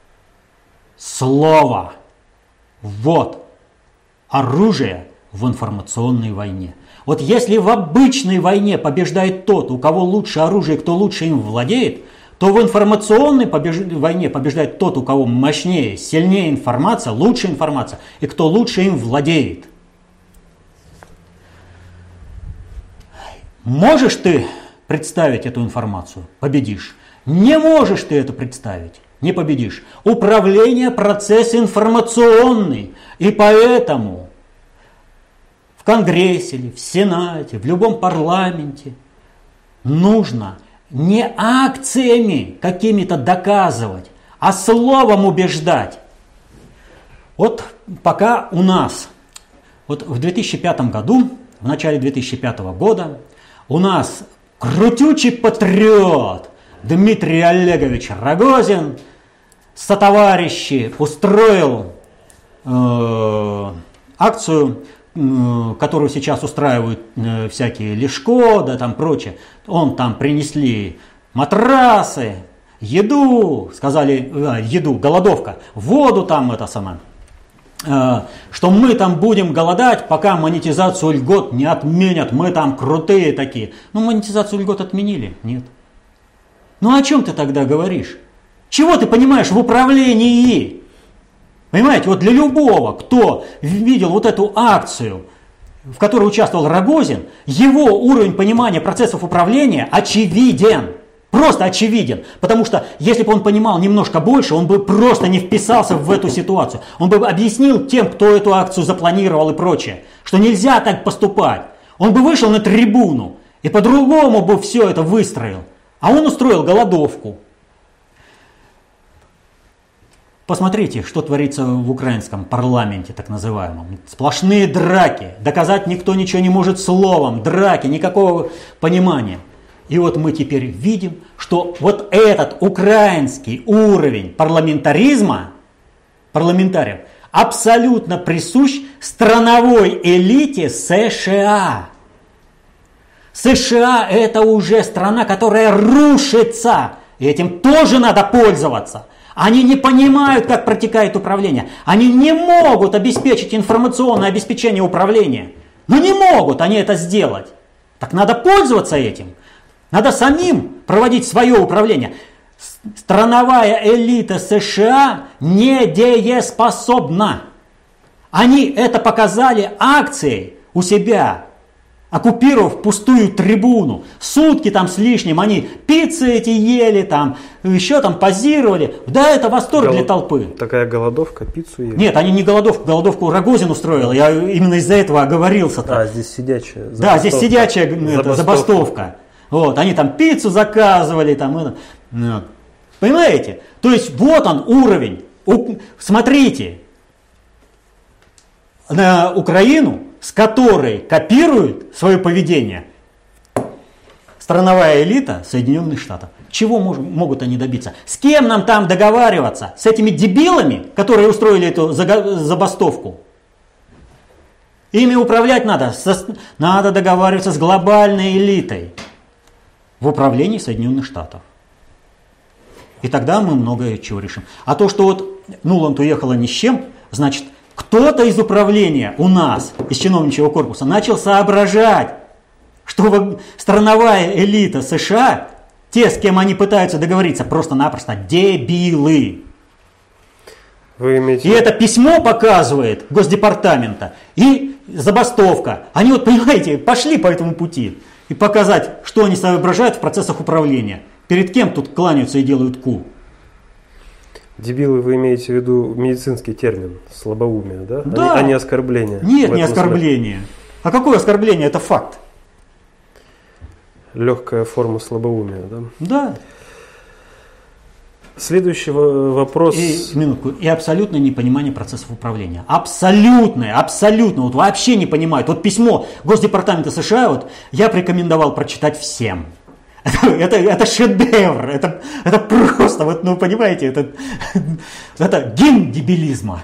Слово. Вот оружие в информационной войне. Вот если в обычной войне побеждает тот, у кого лучше оружие, кто лучше им владеет, то в информационной войне побеждает тот, у кого мощнее, сильнее информация, лучше информация, и кто лучше им владеет. Можешь ты представить эту информацию? Победишь. Не можешь ты это представить? Не победишь. Управление процесс информационный. И поэтому в Конгрессе, в Сенате, в любом парламенте нужно не акциями какими-то доказывать, а словом убеждать. Вот пока у нас, вот в 2005 году, в начале 2005 года, у нас крутючий патриот Дмитрий Олегович Рогозин сотоварищи устроил акцию, которую сейчас устраивают всякие Лешко, да там прочее. Он там принесли матрасы, еду, сказали, еду, голодовка, воду там это самое. Что мы там будем голодать, пока монетизацию льгот не отменят, мы там крутые такие. Ну, монетизацию льгот отменили? Нет. Ну, о чем ты тогда говоришь? Чего ты понимаешь в управлении? Понимаете, вот для любого, кто видел вот эту акцию, в которой участвовал Рогозин, его уровень понимания процессов управления очевиден. Просто очевиден. Потому что если бы он понимал немножко больше, он бы просто не вписался в эту ситуацию. Он бы объяснил тем, кто эту акцию запланировал и прочее, что нельзя так поступать. Он бы вышел на трибуну и по-другому бы все это выстроил. А он устроил голодовку. Посмотрите, что творится в украинском парламенте, так называемом. Сплошные драки. Доказать никто ничего не может словом. Драки, никакого понимания. И вот мы теперь видим, что вот этот украинский уровень парламентаризма, парламентариев, абсолютно присущ страновой элите США. США – это уже страна, которая рушится. И этим тоже надо пользоваться. Они не понимают, как протекает управление. Они не могут обеспечить информационное обеспечение управления. Но не могут они это сделать. Так надо пользоваться этим. Надо самим проводить свое управление. Страновая элита США недееспособна. Они это показали акцией у себя, оккупировав пустую трибуну. Сутки там с лишним они пиццы эти ели, там, еще там позировали. Да, это восторг для толпы. Такая голодовка, пиццу ели? Нет, они не голодовку. Голодовку Рогозин устроил. Я именно из-за этого оговорился-то. А, здесь сидячая забастовка. Да, здесь сидячая забастовка. Вот, они там пиццу заказывали, там это. Вот. Понимаете? То есть вот он уровень. Смотрите на Украину, с которой копирует свое поведение страновая элита Соединенных Штатов. Чего могут они добиться? С кем нам там договариваться? С этими дебилами, которые устроили эту забастовку? Ими управлять надо. Надо договариваться с глобальной элитой в управлении Соединенных Штатов. И тогда мы многое чего решим. А то, что вот Нуланд уехала ни с чем, значит, кто-то из управления у нас, из чиновничьего корпуса, начал соображать, что страновая элита США, те, с кем они пытаются договориться, просто-напросто дебилы. И это письмо показывает Госдепартамента и забастовка. Они вот, понимаете, пошли по этому пути. И показать, что они соображают в процессах управления. Перед кем тут кланяются и делают ку? Дебилы, вы имеете в виду медицинский термин, слабоумие, да? Да. А не оскорбление? Нет, не оскорбление. А какое оскорбление? Это факт. Легкая форма слабоумия, да? Да. Следующий вопрос. И абсолютное непонимание процессов управления. Абсолютное. Вот вообще не понимают. Вот письмо Госдепартамента США вот, я бы рекомендовал прочитать всем. Это шедевр. Это просто, вот, ну понимаете, это гимн дебилизма.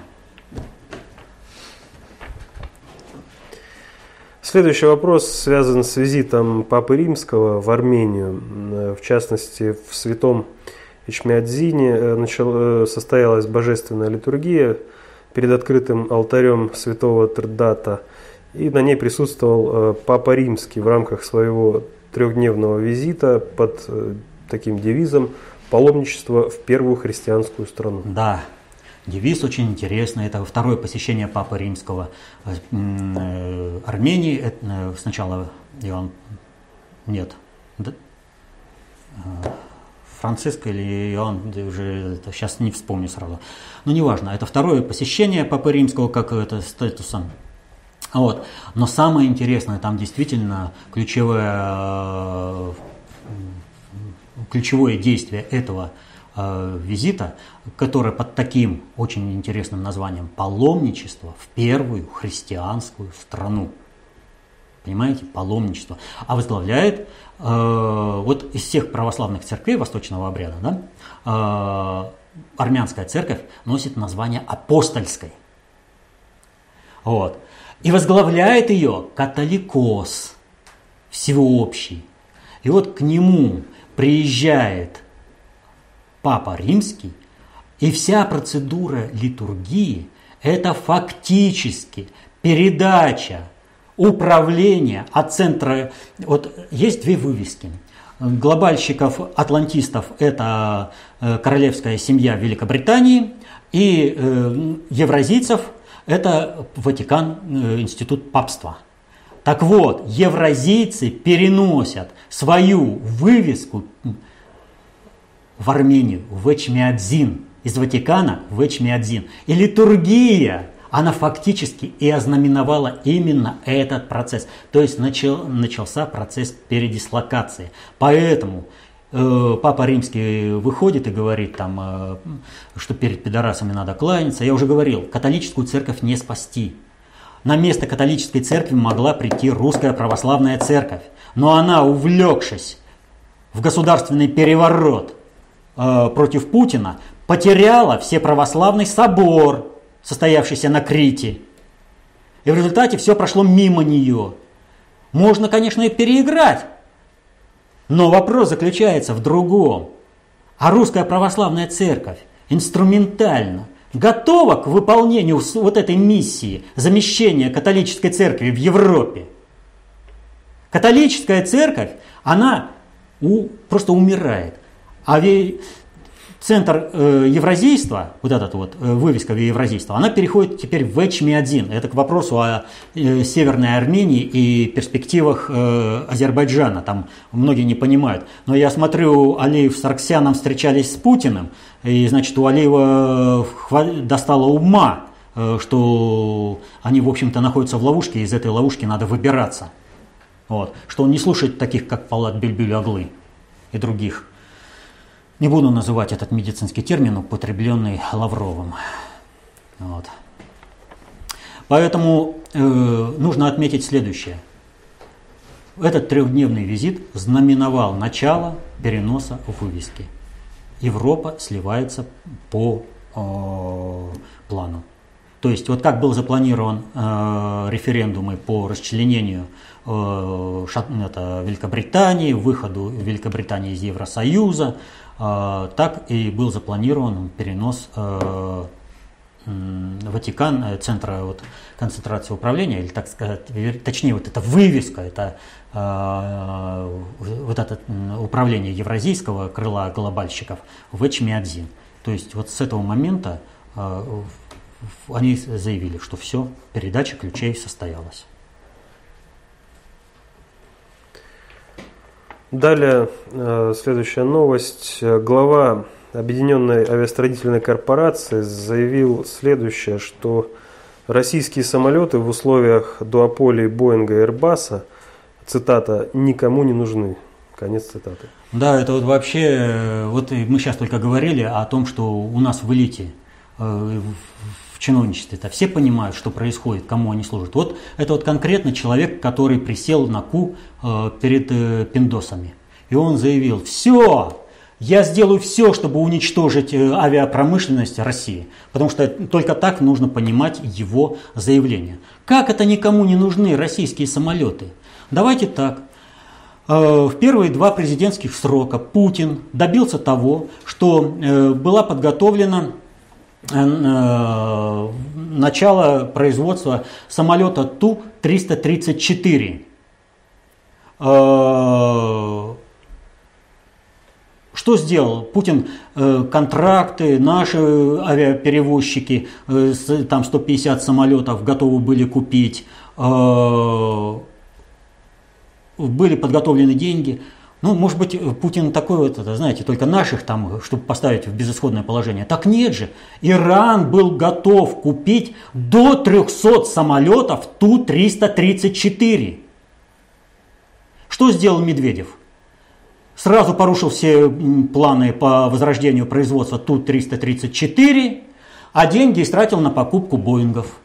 Следующий вопрос связан с визитом Папы Римского в Армению. В частности, в святом Ичмиадзине состоялась божественная литургия перед открытым алтарем святого Трдата. И на ней присутствовал Папа Римский в рамках своего трехдневного визита под таким девизом «Паломничество в первую христианскую страну». Да, девиз очень интересный. Это второе посещение Папы Римского Армении. Это сначала Франциск или Иоанн, уже сейчас не вспомню сразу. Но неважно, это второе посещение Папы Римского, как это статусом. Вот. Но самое интересное, там действительно ключевое действие этого визита, которое под таким очень интересным названием «Паломничество в первую христианскую страну». Понимаете, паломничество. А возглавляет вот из всех православных церквей восточного обряда, да, армянская церковь носит название апостольской. Вот. И возглавляет ее католикос всеобщий. И вот к нему приезжает Папа Римский, и вся процедура литургии – это фактически передача управления от центра. Вот есть две вывески. Глобальщиков, атлантистов – это королевская семья Великобритании, и евразийцев – это Ватикан, институт папства. Так вот, евразийцы переносят свою вывеску в Армению, в Эчмиадзин, из Ватикана в Эчмиадзин. И литургия, она фактически и ознаменовала именно этот процесс. То есть начался процесс передислокации. Поэтому Папа Римский выходит и говорит, там, что перед пидорасами надо кланяться. Я уже говорил, католическую церковь не спасти. На место католической церкви могла прийти русская православная церковь. Но она, увлекшись в государственный переворот против Путина, потеряла всеправославный собор, состоявшийся на Крите. И в результате все прошло мимо нее. Можно, конечно, и переиграть. Но вопрос заключается в другом. А русская православная церковь инструментально готова к выполнению вот этой миссии замещения католической церкви в Европе. Католическая церковь, она просто умирает. А центр евразийства, вот эта вот вывеска евразийства, она переходит теперь в Эчмиадзин. Это к вопросу о Северной Армении и перспективах Азербайджана. Там многие не понимают. Но я смотрю, Алиев с Сарксяном встречались с Путиным, и, значит, у Алиева достало ума, что они, в общем-то, находятся в ловушке, и из этой ловушки надо выбираться. Вот. Что он не слушает таких, как Палат Бельбюль-Оглы и других. Не буду называть этот медицинский термин, употребленный Лавровым. Вот. Поэтому нужно отметить следующее. Этот трехдневный визит знаменовал начало переноса вывески. Европа сливается по плану. То есть, вот как был запланирован референдумы по расчленению Великобритании, выходу Великобритании из Евросоюза, так и был запланирован перенос Ватикан, центра концентрации управления, или так сказать, точнее вот эта вывеска, это вот это управление евразийского крыла глобальщиков в Эчмиадзин. То есть вот с этого момента они заявили, что все, передача ключей состоялась. Далее, следующая новость. Глава Объединенной авиастроительной корпорации заявил следующее, что российские самолеты в условиях дуополии Боинга и Airbus, цитата, никому не нужны. Конец цитаты. Да, это вот вообще, вот мы сейчас только говорили о том, что у нас в элите, в чиновничестве-то все понимают, что происходит, кому они служат. Вот это вот конкретно человек, который присел на ку перед пиндосами. И он заявил: все, я сделаю все, чтобы уничтожить авиапромышленность России. Потому что только так нужно понимать его заявление. Как это никому не нужны российские самолеты? Давайте так. В первые 2 президентских срока Путин добился того, что была подготовлена начало производства самолета Ту-334. Что сделал Путин? Контракты, наши авиаперевозчики, там 150 самолетов готовы были купить, были подготовлены деньги. Ну, может быть, Путин такой вот, знаете, только наших там, чтобы поставить в безысходное положение. Так нет же. Иран был готов купить до 300 самолетов Ту-334. Что сделал Медведев? Сразу порушил все планы по возрождению производства Ту-334, а деньги истратил на покупку Боингов.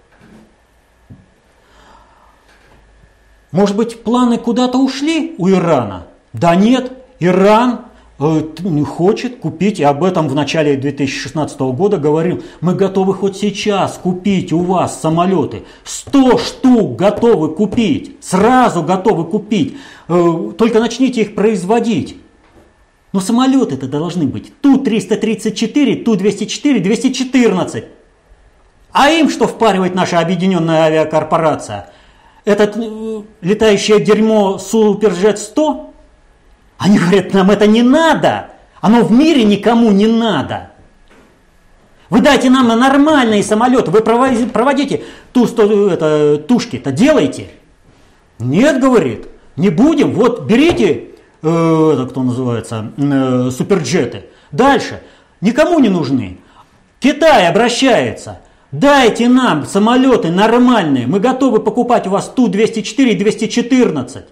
Может быть, планы куда-то ушли у Ирана? Да нет, Иран хочет купить, и об этом в начале 2016 года говорил: мы готовы хоть сейчас купить у вас самолеты, 100 штук готовы купить, сразу готовы купить, только начните их производить. Но самолеты-то должны быть Ту-334, Ту-204, 214. А им что впаривает наша объединенная авиакорпорация? Это летающее дерьмо Суперджет-100? Они говорят: нам это не надо, оно в мире никому не надо. Вы дайте нам на нормальные самолеты, вы проводите тушки-то делайте. Нет, говорит, не будем, вот берите, это кто называется, суперджеты. Дальше, никому не нужны. Китай обращается: дайте нам самолеты нормальные, мы готовы покупать у вас Ту-204 и 214.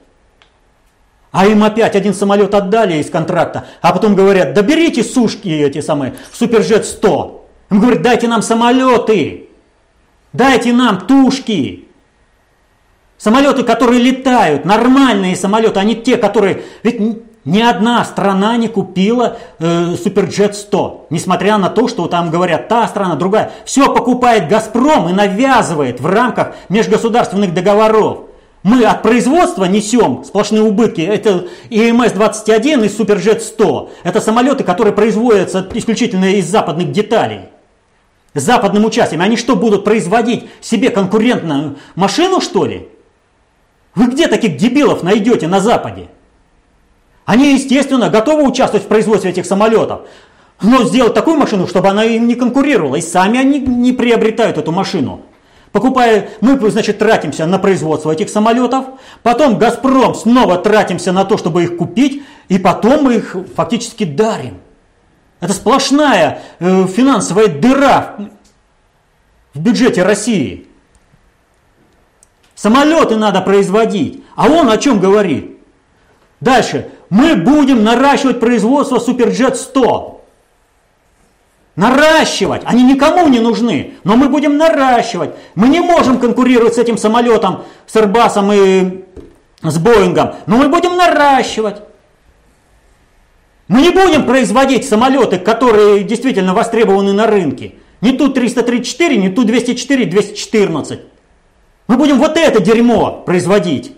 А им опять один самолет отдали из контракта, а потом говорят: да берите сушки эти самые, Суперджет-100. Им говорят: дайте нам самолеты, дайте нам тушки. Самолеты, которые летают, нормальные самолеты, а не те, которые... Ведь ни одна страна не купила Суперджет-100, несмотря на то, что там говорят та страна, другая. Все покупает «Газпром» и навязывает в рамках межгосударственных договоров. Мы от производства несем сплошные убытки. Это и МС-21, и Суперджет-100. Это самолеты, которые производятся исключительно из западных деталей. С западным участием. Они что, будут производить себе конкурентную машину, что ли? Вы где таких дебилов найдете на Западе? Они, естественно, готовы участвовать в производстве этих самолетов. Но сделать такую машину, чтобы она им не конкурировала. И сами они не приобретают эту машину. Покупая, мы, значит, тратимся на производство этих самолетов, потом «Газпром» снова тратимся на то, чтобы их купить, и потом мы их фактически дарим. Это сплошная финансовая дыра в бюджете России. Самолеты надо производить, а он о чем говорит? Дальше. Мы будем наращивать производство Суперджет-100. Наращивать. Они никому не нужны, но мы будем наращивать. Мы не можем конкурировать с этим самолетом, с Airbus и с Боингом, но мы будем наращивать. Мы не будем производить самолеты, которые действительно востребованы на рынке. Не Ту-334, не Ту-204, 214. Мы будем вот это дерьмо производить.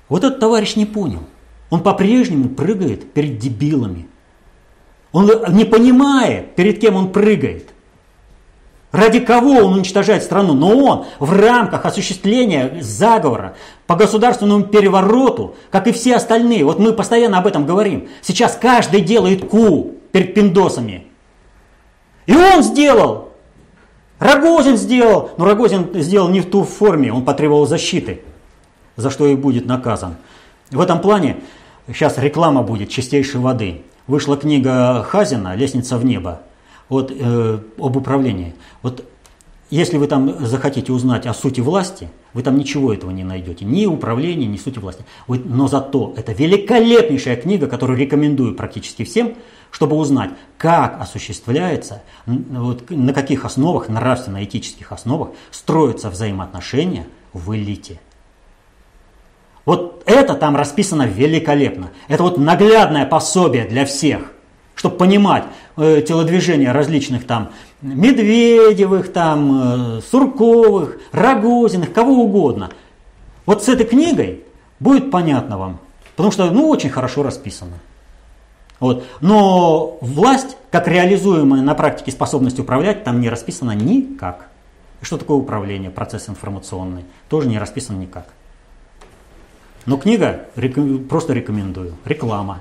Вот этот товарищ не понял. Он по-прежнему прыгает перед дебилами. Он не понимает, перед кем он прыгает. Ради кого он уничтожает страну? Но он в рамках осуществления заговора по государственному перевороту, как и все остальные, вот мы постоянно об этом говорим, сейчас каждый делает ку перед пиндосами. И он сделал. Рогозин сделал. Но Рогозин сделал не в ту форме, он потребовал защиты, за что и будет наказан. В этом плане сейчас реклама будет чистейшей воды. Вышла книга Хазина «Лестница в небо». Вот, об управлении. Вот если вы там захотите узнать о сути власти, вы там ничего этого не найдете. Ни управления, ни сути власти. Но зато это великолепнейшая книга, которую рекомендую практически всем, чтобы узнать, как осуществляется, вот, на каких основах, нравственно-этических основах строятся взаимоотношения в элите. Вот это там расписано великолепно. Это вот наглядное пособие для всех, чтобы понимать телодвижения различных там Медведевых, там, Сурковых, Рогозиных, кого угодно. Вот с этой книгой будет понятно вам, потому что очень хорошо расписано. Вот. Но власть, как реализуемая на практике способность управлять, там не расписано никак. И что такое управление, процесс информационный, тоже не расписано никак. Но книга просто рекомендую. Реклама.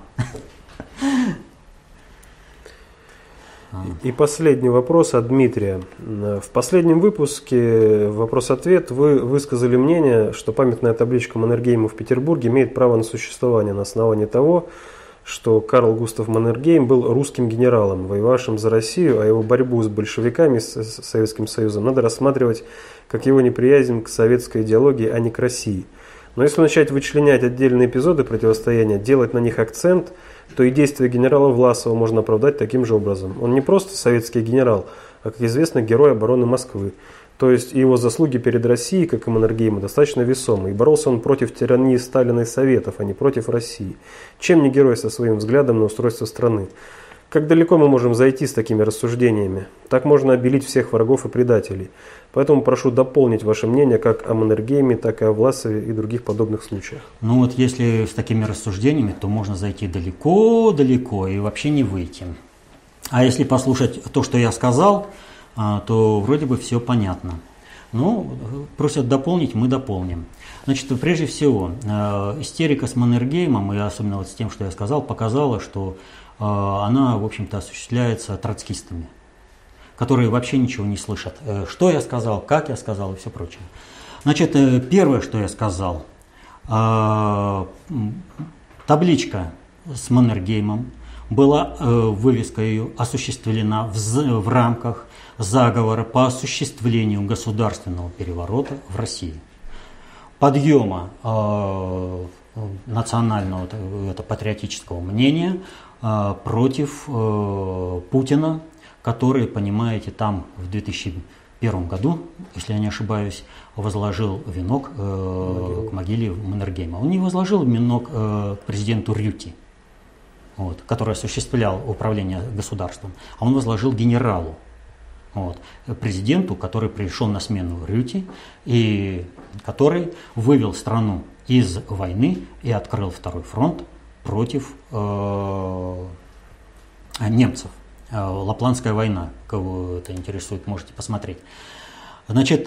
И последний вопрос от Дмитрия. В последнем выпуске «Вопрос-ответ» вы высказали мнение, что памятная табличка Маннергейма в Петербурге имеет право на существование на основании того, что Карл Густав Маннергейм был русским генералом, воевавшим за Россию, а его борьбу с большевиками, с Советским Союзом, надо рассматривать как его неприязнь к советской идеологии, а не к России. Но если начать вычленять отдельные эпизоды противостояния, делать на них акцент, то и действия генерала Власова можно оправдать таким же образом. Он не просто советский генерал, а, как известно, герой обороны Москвы. То есть его заслуги перед Россией, как и Маннергейма, достаточно весомы. И боролся он против тирании Сталина и Советов, а не против России. Чем не герой со своим взглядом на устройство страны? Как далеко мы можем зайти с такими рассуждениями? Так можно обелить всех врагов и предателей. Поэтому прошу дополнить ваше мнение как о Маннергейме, так и о Власове и других подобных случаях. Ну вот если с такими рассуждениями, то можно зайти далеко-далеко и вообще не выйти. А если послушать то, что я сказал, то вроде бы все понятно. Ну, просят дополнить, мы дополним. Значит, прежде всего, истерика с Маннергеймом, и особенно вот с тем, что я сказал, показала, что она, в общем-то, осуществляется троцкистами, которые вообще ничего не слышат. Что я сказал, как я сказал и все прочее. Значит, первое, что я сказал, табличка с Маннергеймом была, вывеска ее осуществлена в рамках заговора по осуществлению государственного переворота в России. Подъема национального патриотического мнения против Путина, который, понимаете, там в 2001 году, если я не ошибаюсь, возложил венок к могиле Маннергейма. Он не возложил венок к президенту Рюти, вот, который осуществлял управление государством, а он возложил генералу, вот, президенту, который пришел на смену Рюти и который вывел страну из войны и открыл второй фронт против немцев. Лапландская война, кого это интересует, можете посмотреть. Значит,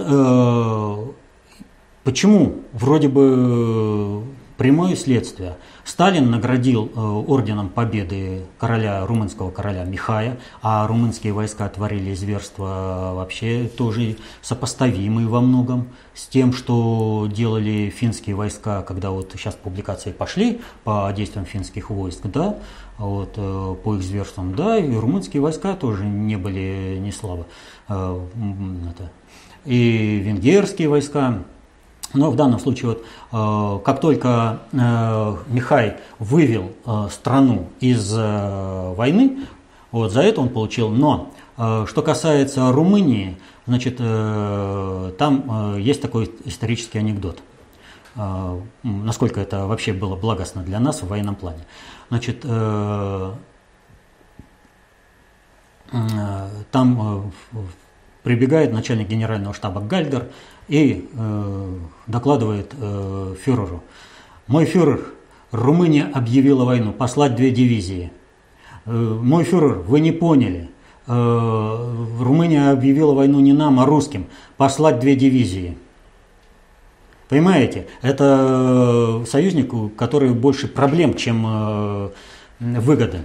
почему вроде бы прямое следствие? Сталин наградил орденом Победы румынского короля Михая, а румынские войска творили зверства вообще тоже сопоставимые во многом с тем, что делали финские войска, когда вот сейчас публикации пошли по действиям финских войск, да, вот, по их зверствам, да, и румынские войска тоже не были не слабо. И венгерские войска. Но в данном случае, вот, как только Михай вывел страну из войны, вот, за это он получил. Но что касается Румынии, значит, там есть такой исторический анекдот. Насколько это вообще было благостно для нас в военном плане. Значит, там прибегает начальник генерального штаба Гальдер и докладывает фюреру: Мой фюрер, Румыния объявила войну, послать 2 дивизии. Мой фюрер, вы не поняли. Румыния объявила войну не нам, а русским, послать 2 дивизии. Понимаете, это союзник, у которого больше проблем, чем выгоды.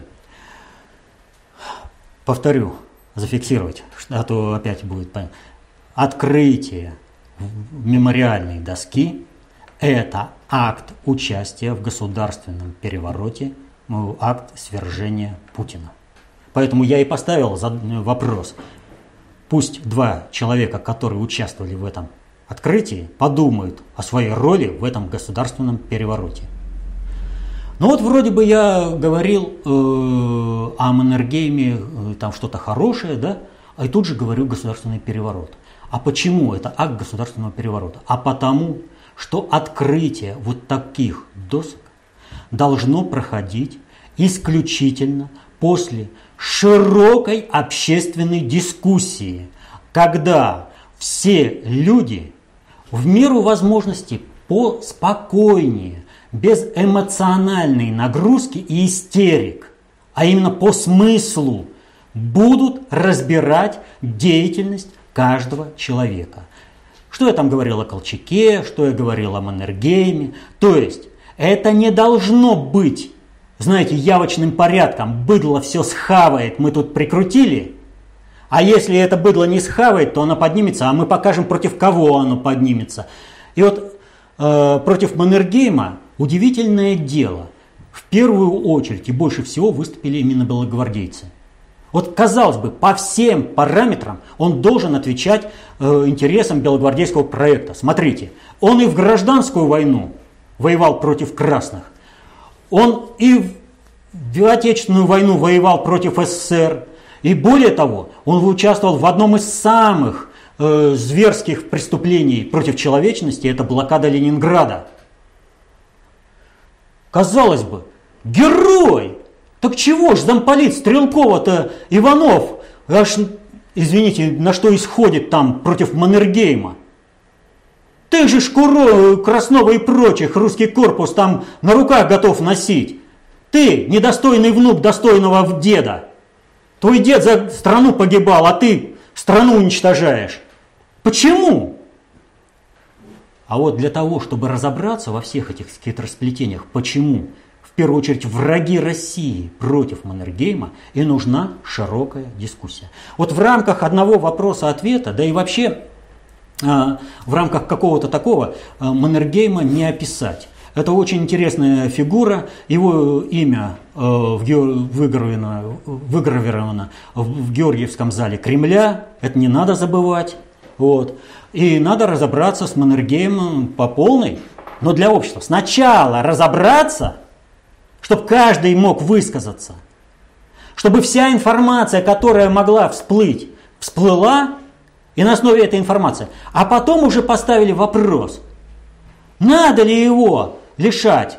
Повторю, зафиксировать, а то опять будет понятно. Открытие мемориальной доски – это акт участия в государственном перевороте, акт свержения Путина. Поэтому я и поставил вопрос. Пусть 2 человека, которые участвовали в этом открытии, подумают о своей роли в этом государственном перевороте. Ну вот вроде бы я говорил о Маннергейме, там что-то хорошее, да, и тут же говорю государственный переворот. А почему это акт государственного переворота? А потому, что открытие вот таких досок должно проходить исключительно после широкой общественной дискуссии, когда все люди в меру возможности поспокойнее, без эмоциональной нагрузки и истерик, а именно по смыслу, будут разбирать деятельность каждого человека. Что я там говорил о Колчаке, что я говорил о Маннергейме. То есть это не должно быть, знаете, явочным порядком. Быдло все схавает, мы тут прикрутили. А если это быдло не схавает, то оно поднимется, а мы покажем, против кого оно поднимется. И вот против Маннергейма удивительное дело. В первую очередь и больше всего выступили именно белогвардейцы. Вот, казалось бы, по всем параметрам он должен отвечать интересам белогвардейского проекта. Смотрите, он и в гражданскую войну воевал против красных, он и в Отечественную войну воевал против СССР, и более того, он участвовал в одном из самых зверских преступлений против человечности, это блокада Ленинграда. Казалось бы, герой! Так чего ж замполит Стрелкова-то Иванов, аж, извините, на что исходит там против Маннергейма? Ты же Шкуро, Краснова и прочих русский корпус там на руках готов носить. Ты недостойный внук достойного деда. Твой дед за страну погибал, а ты страну уничтожаешь. Почему? А вот для того, чтобы разобраться во всех этих хитросплетениях, почему, в первую очередь, враги России против Маннергейма, и нужна широкая дискуссия. Вот в рамках одного вопроса-ответа, да и вообще в рамках какого-то такого Маннергейма не описать. Это очень интересная фигура, его имя выгравировано в Георгиевском зале Кремля, это не надо забывать. Вот. И надо разобраться с Маннергеймом по полной, но для общества. Сначала разобраться, чтобы каждый мог высказаться, чтобы вся информация, которая могла всплыть, всплыла, и на основе этой информации. А потом уже поставили вопрос, надо ли его лишать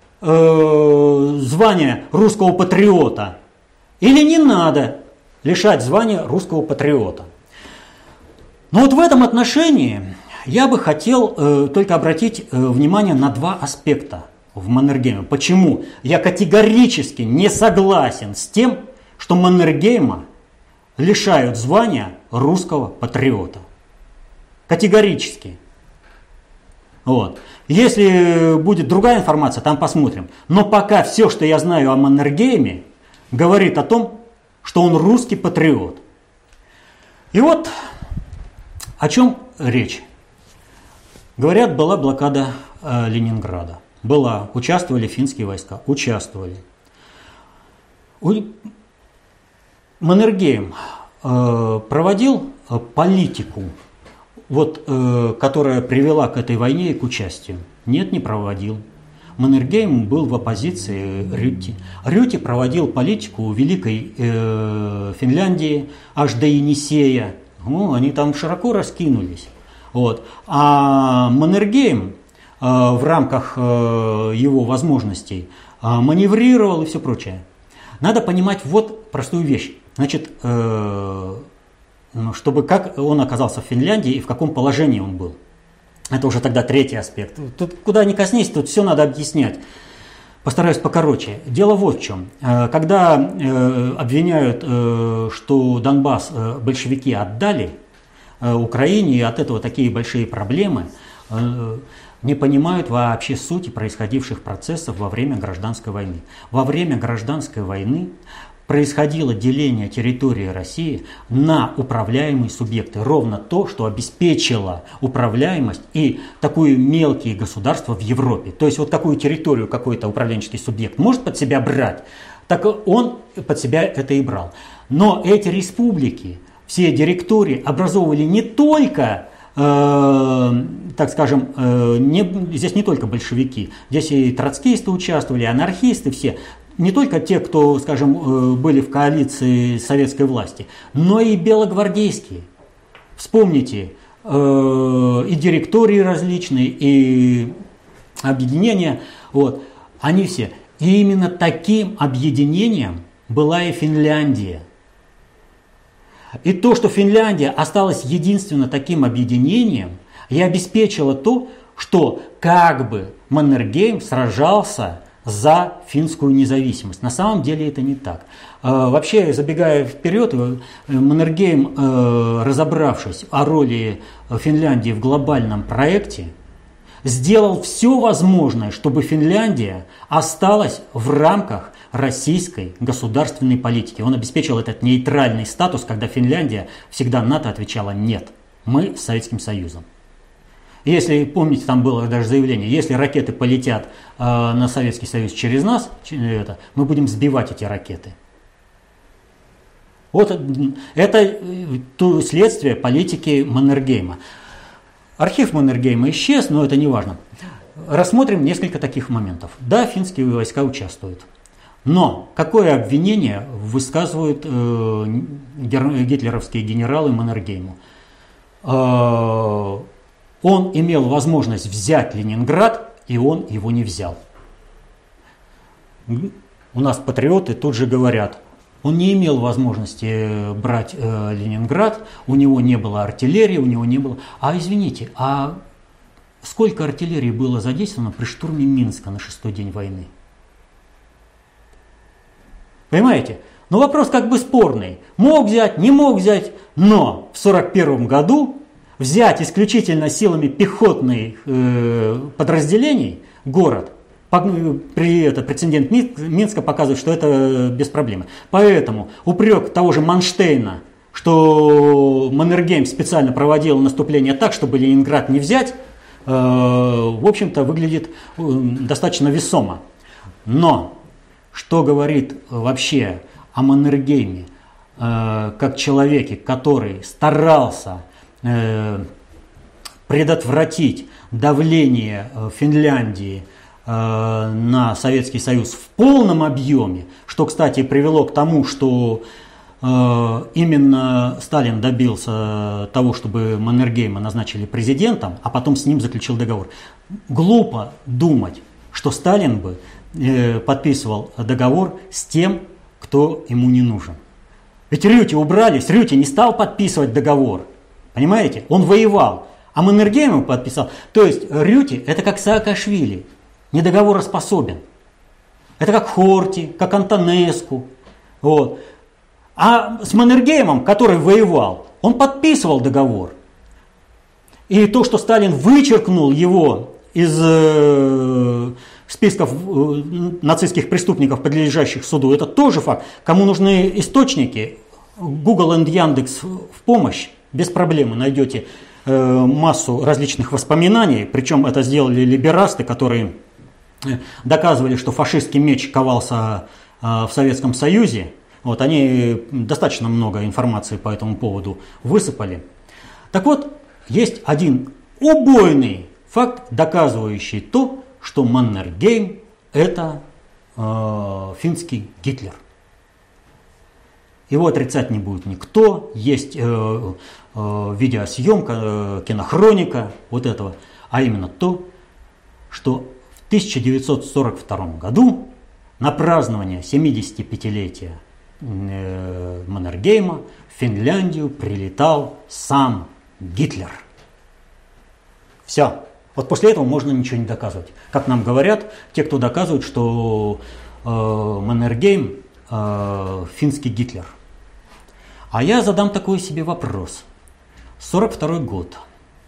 звания русского патриота или не надо лишать звания русского патриота. Но вот в этом отношении я бы хотел только обратить внимание на 2 аспекта в Маннергейме. Почему я категорически не согласен с тем, что Маннергейма лишают звания русского патриота. Категорически. Вот. Если будет другая информация, там посмотрим. Но пока все, что я знаю о Маннергейме, говорит о том, что он русский патриот. И вот о чем речь. Говорят, была блокада Ленинграда. Была. Участвовали финские войска. Участвовали. Маннергейм проводил политику, вот, которая привела к этой войне и к участию. Нет, не проводил. Маннергейм был в оппозиции Рютте. Рютте проводил политику Великой Финляндии аж до Енисея. Ну, они там широко раскинулись. Вот. А Маннергейм в рамках его возможностей маневрировал и все прочее. Надо понимать вот простую вещь. Значит, чтобы как он оказался в Финляндии и в каком положении он был. Это уже тогда третий аспект. Тут куда ни коснись, тут все надо объяснять. Постараюсь покороче. Дело вот в чем. Когда обвиняют, что Донбасс большевики отдали Украине, и от этого такие большие проблемы, не понимают вообще сути происходивших процессов во время гражданской войны. Во время гражданской войны происходило деление территории России на управляемые субъекты. Ровно то, что обеспечило управляемость и такие мелкие государства в Европе. То есть вот какую территорию какой-то управленческий субъект может под себя брать, так он под себя это и брал. Но эти республики, все директории образовывали не только, так скажем, здесь не только большевики, здесь и троцкисты участвовали, и анархисты все. Не только те, кто, скажем, были в коалиции советской власти, но и белогвардейские. Вспомните, и директории различные, и объединения, вот, они все. И именно таким объединением была и Финляндия. И то, что Финляндия осталась единственно таким объединением, и обеспечило то, что как бы Маннергейм сражался за финскую независимость. На самом деле это не так. Вообще, забегая вперед, Маннергейм, разобравшись о роли Финляндии в глобальном проекте, сделал все возможное, чтобы Финляндия осталась в рамках российской государственной политики. Он обеспечил этот нейтральный статус, когда Финляндия всегда НАТО отвечала «нет, мы с Советским Союзом». Если, помните, там было даже заявление, если ракеты полетят на Советский Союз через нас, мы будем сбивать эти ракеты. Вот это следствие политики Маннергейма. Архив Маннергейма исчез, но это не важно. Рассмотрим несколько таких моментов. Да, финские войска участвуют. Но какое обвинение высказывают гитлеровские генералы Маннергейму? Он имел возможность взять Ленинград, и он его не взял. У нас патриоты тут же говорят, он не имел возможности брать Ленинград, у него не было артиллерии, у него не было... А извините, а сколько артиллерии было задействовано при штурме Минска на 6-й день войны? Понимаете? Ну вопрос как бы спорный. Мог взять, не мог взять, но в 1941 году взять исключительно силами пехотных подразделений город, прецедент Минска показывает, что это без проблем. Поэтому упрек того же Манштейна, что Маннергейм специально проводил наступление так, чтобы Ленинград не взять, в общем-то выглядит достаточно весомо. Но что говорит вообще о Маннергейме как человеке, который старался предотвратить давление Финляндии на Советский Союз в полном объеме, что, кстати, привело к тому, что именно Сталин добился того, чтобы Маннергейма назначили президентом, а потом с ним заключил договор. Глупо думать, что Сталин бы подписывал договор с тем, кто ему не нужен. Ведь Рюти убрали, с Рюти не стал подписывать договор. Понимаете? Он воевал, а Маннергейм ему подписал. То есть Рюти это как Саакашвили, недоговороспособен. Это как Хорти, как Антонеску. Вот. А с Маннергеймом, который воевал, он подписывал договор. И то, что Сталин вычеркнул его из списков нацистских преступников, подлежащих суду, это тоже факт. Кому нужны источники, Google и Яндекс в помощь, без проблем найдете массу различных воспоминаний, причем это сделали либерасты, которые доказывали, что фашистский меч ковался в Советском Союзе. Вот, они достаточно много информации по этому поводу высыпали. Так вот, есть один убойный факт, доказывающий то, что Маннергейм – это финский Гитлер. Его отрицать не будет никто. Есть видеосъемка, кинохроника вот этого. А именно то, что в 1942 году на празднование 75-летия Маннергейма в Финляндию прилетал сам Гитлер. Все. Вот после этого можно ничего не доказывать. Как нам говорят, те, кто доказывают, что Маннергейм финский Гитлер. А я задам такой себе вопрос. 42 год.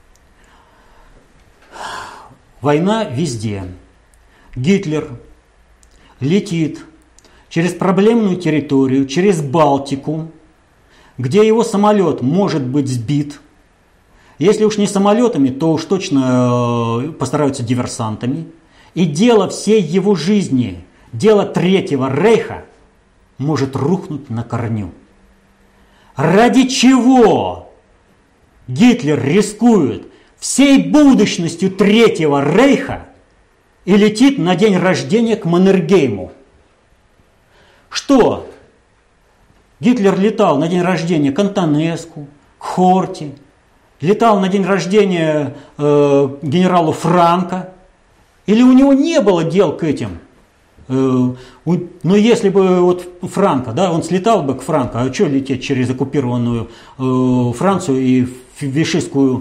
Война везде. Гитлер летит через проблемную территорию, через Балтику, где его самолет может быть сбит. Если уж не самолетами, то уж точно постараются диверсантами. И дело всей его жизни, дело Третьего Рейха может рухнуть на корню. Ради чего Гитлер рискует всей будущностью Третьего Рейха и летит на день рождения к Маннергейму? Что? Гитлер летал на день рождения к Антонеску, к Хорти, летал на день рождения генералу Франко, или у него не было дел к этим? Но если бы вот Франко, да, он слетал бы к Франко, а что лететь через оккупированную Францию и вишистскую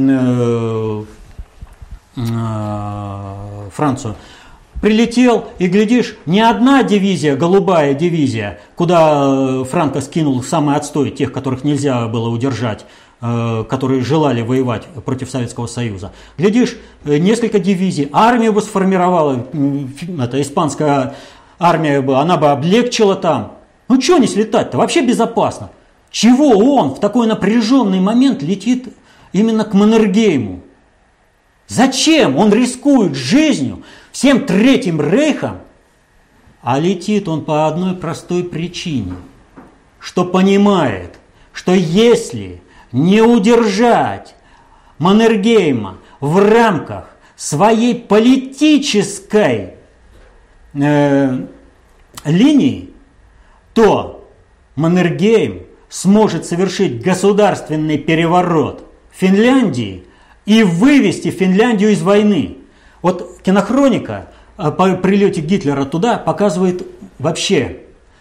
Францию? Прилетел, и глядишь, не одна дивизия, голубая дивизия, куда Франко скинул самый отстой, тех, которых нельзя было удержать, которые желали воевать против Советского Союза. Глядишь, несколько дивизий, армию бы сформировала, это испанская армия бы, она бы облегчила там. Ну что не слетать-то, вообще безопасно. Чего он в такой напряженный момент летит именно к Маннергейму? Зачем он рискует жизнью, всем Третьим Рейхом, а летит он по одной простой причине, что понимает, что если не удержать Маннергейма в рамках своей политической линии, то Маннергейм сможет совершить государственный переворот в Финляндии и вывести Финляндию из войны. Вот кинохроника по прилете Гитлера туда показывает вообще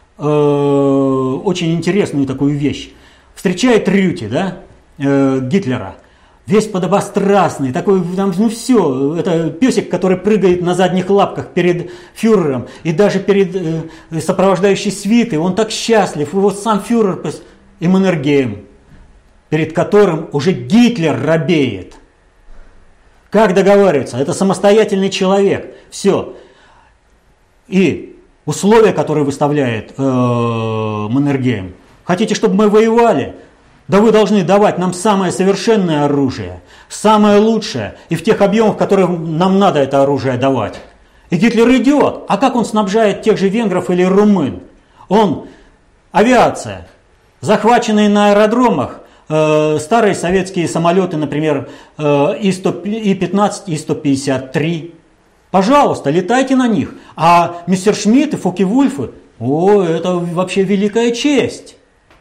очень интересную такую вещь. Встречает Рюти, да, Гитлера, весь подобострастный, такой, там, ну все, это песик, который прыгает на задних лапках перед фюрером и даже перед сопровождающей свитой, он так счастлив, и вот сам фюрер и Маннергейм, перед которым уже Гитлер робеет. Как договариваться? Это самостоятельный человек. Все. И условия, которые выставляет Маннергейм. Хотите, чтобы мы воевали? Да вы должны давать нам самое совершенное оружие, самое лучшее, и в тех объемах, в которых нам надо это оружие давать. И Гитлер идет. А как он снабжает тех же венгров или румын? Он, авиация, захваченные на аэродромах, старые советские самолеты, например, И-15, И-153. Пожалуйста, летайте на них. А Мессершмитты, Фокке-Вульфы, это вообще великая честь.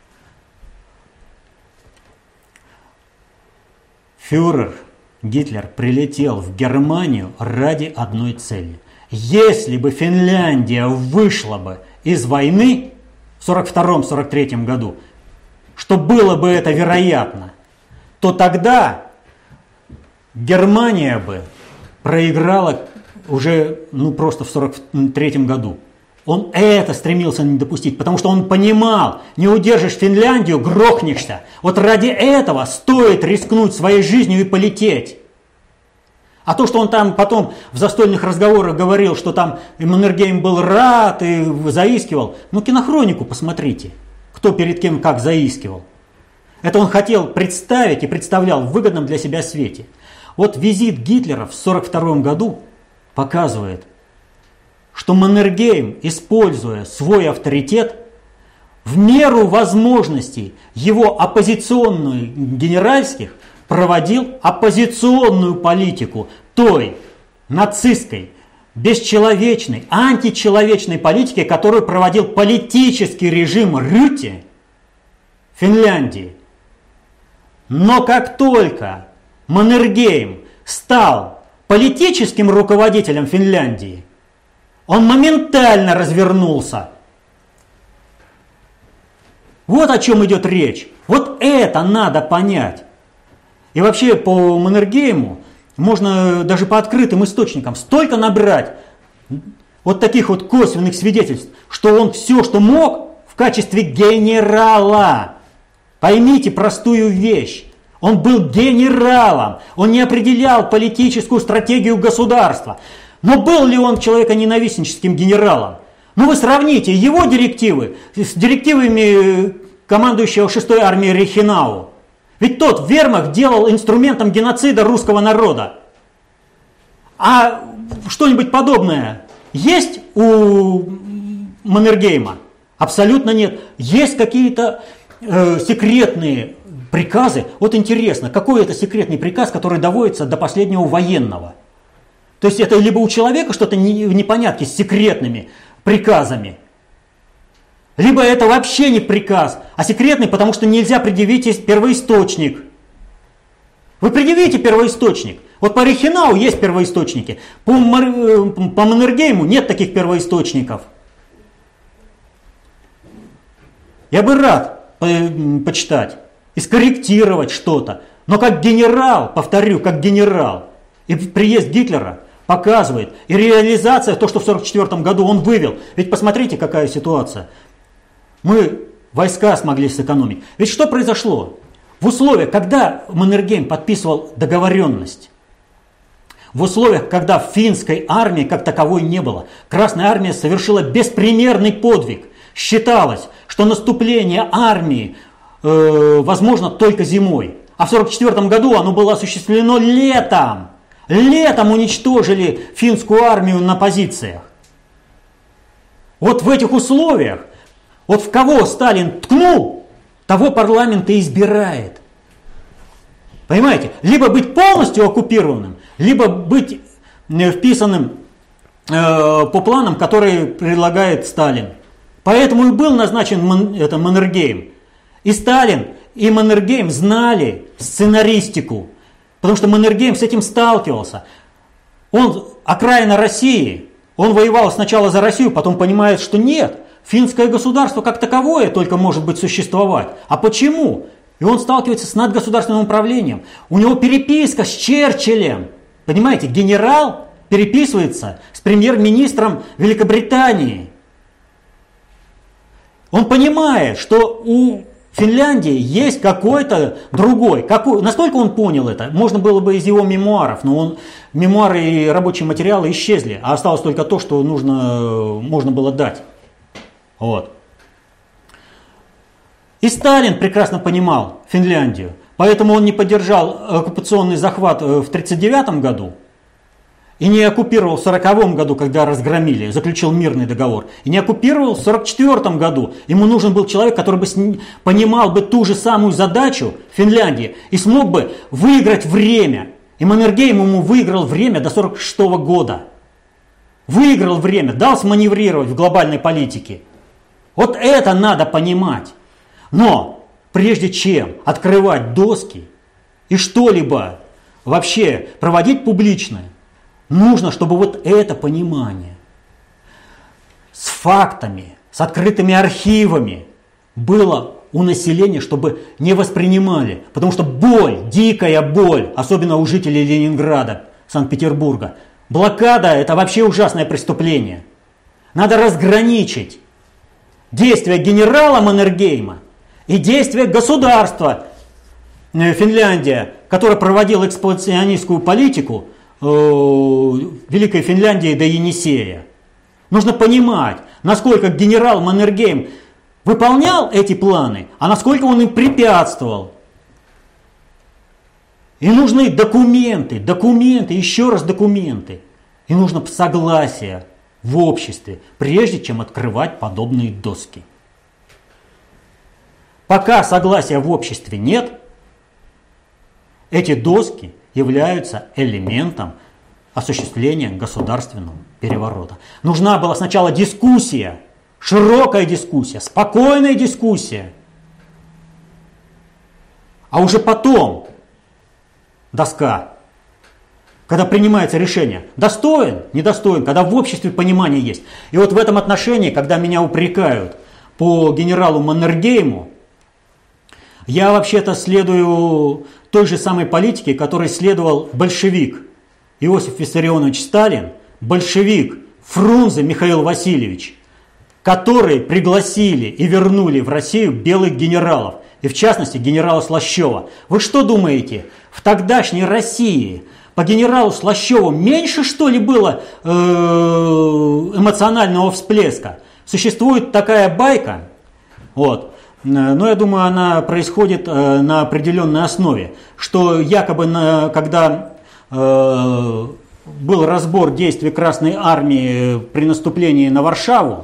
Фюрер Гитлер прилетел в Германию ради одной цели. Если бы Финляндия вышла бы из войны в 1942-1943 году, что было бы это вероятно, то тогда Германия бы проиграла уже просто в 1943 году. Он это стремился не допустить, потому что он понимал, не удержишь Финляндию, грохнешься. Вот ради этого стоит рискнуть своей жизнью и полететь. А то, что он там потом в застольных разговорах говорил, что там Маннергейм был рад и заискивал, кинохронику посмотрите, кто перед кем как заискивал. Это он хотел представить и представлял в выгодном для себя свете. Вот визит Гитлера в 1942 году показывает, что Маннергейм, используя свой авторитет, в меру возможностей его оппозиционных генеральских проводил оппозиционную политику той нацистской, бесчеловечной, античеловечной политики, которую проводил политический режим Рюти в Финляндии. Но как только Маннергейм стал политическим руководителем Финляндии, он моментально развернулся. Вот о чем идет речь. Вот это надо понять. И вообще по Маннергейму можно даже по открытым источникам столько набрать вот таких вот косвенных свидетельств, что он все, что мог, в качестве генерала. Поймите простую вещь. Он был генералом. Он не определял политическую стратегию государства. Но был ли он человеконенавистническим генералом? Ну вы сравните его директивы с директивами командующего 6-й армией Рейхенау. Ведь тот вермахт делал инструментом геноцида русского народа. А что-нибудь подобное есть у Маннергейма? Абсолютно нет. Есть какие-то секретные приказы. Вот интересно, какой это секретный приказ, который доводится до последнего военного? То есть это либо у человека что-то в непонятке с секретными приказами, либо это вообще не приказ, а секретный, потому что нельзя предъявить первоисточник. Вы предъявите первоисточник. Вот по Рейхенау есть первоисточники. По Маннергейму нет таких первоисточников. Я бы рад почитать и скорректировать что-то. Но как генерал, повторю, как генерал, и приезд Гитлера показывает, и реализация, то, что в 1944 году он вывел. Ведь посмотрите, какая ситуация. Мы войска смогли сэкономить. Ведь что произошло? В условиях, когда Маннергейм подписывал договоренность, в условиях, когда финской армии как таковой не было, Красная армия совершила беспримерный подвиг. Считалось, что наступление армии возможно только зимой. А в 1944 году оно было осуществлено летом. Летом уничтожили финскую армию на позициях. Вот в этих условиях, вот в кого Сталин ткнул, того парламент и избирает. Понимаете? Либо быть полностью оккупированным, либо быть вписанным по планам, которые предлагает Сталин. Поэтому и был назначен Маннергейм. И Сталин, и Маннергейм знали сценаристику, потому что Маннергейм с этим сталкивался. Он окраина России, он воевал сначала за Россию, потом понимает, что нет, финское государство как таковое только может быть существовать. А почему? И он сталкивается с надгосударственным управлением. У него переписка с Черчиллем. Понимаете, генерал переписывается с премьер-министром Великобритании. Он понимает, что у Финляндии есть какой-то другой. Насколько он понял это? Можно было бы из его мемуаров, но мемуары и рабочие материалы исчезли, а осталось только то, что можно было дать. Вот. И Сталин прекрасно понимал Финляндию, поэтому он не поддержал оккупационный захват в 1939 году и не оккупировал в 1940 году, когда разгромили, заключил мирный договор, и не оккупировал в 1944 году. Ему нужен был человек, который бы понимал бы ту же самую задачу Финляндии и смог бы выиграть время. И Маннергейм ему выиграл время до 1946 года. Выиграл время, дал сманеврировать в глобальной политике. Вот это надо понимать. Но прежде чем открывать доски и что-либо вообще проводить публичное, нужно, чтобы вот это понимание с фактами, с открытыми архивами было у населения, чтобы не воспринимали. Потому что боль, дикая боль, особенно у жителей Ленинграда, Санкт-Петербурга, блокада – это вообще ужасное преступление. Надо разграничить действия генерала Маннергейма и действия государства Финляндия, которое проводило экспансионистскую политику Великой Финляндии до Енисея. Нужно понимать, насколько генерал Маннергейм выполнял эти планы, а насколько он им препятствовал. И нужны документы, еще раз документы. И нужно согласие в обществе, прежде чем открывать подобные доски. Пока согласия в обществе нет, эти доски являются элементом осуществления государственного переворота. Нужна была сначала дискуссия, широкая дискуссия, спокойная дискуссия, а уже потом доска, когда принимается решение, достоин, недостоин, когда в обществе понимание есть. И вот в этом отношении, когда меня упрекают по генералу Маннергейму, я вообще-то следую той же самой политике, которой следовал большевик Иосиф Виссарионович Сталин, большевик Фрунзе Михаил Васильевич, которые пригласили и вернули в Россию белых генералов, и в частности генерала Слащева. Вы что думаете, в тогдашней России по генералу Слащеву меньше, что ли, было эмоционального всплеска? Существует такая байка, вот, но я думаю, она происходит на определенной основе, что якобы когда был разбор действий Красной Армии при наступлении на Варшаву,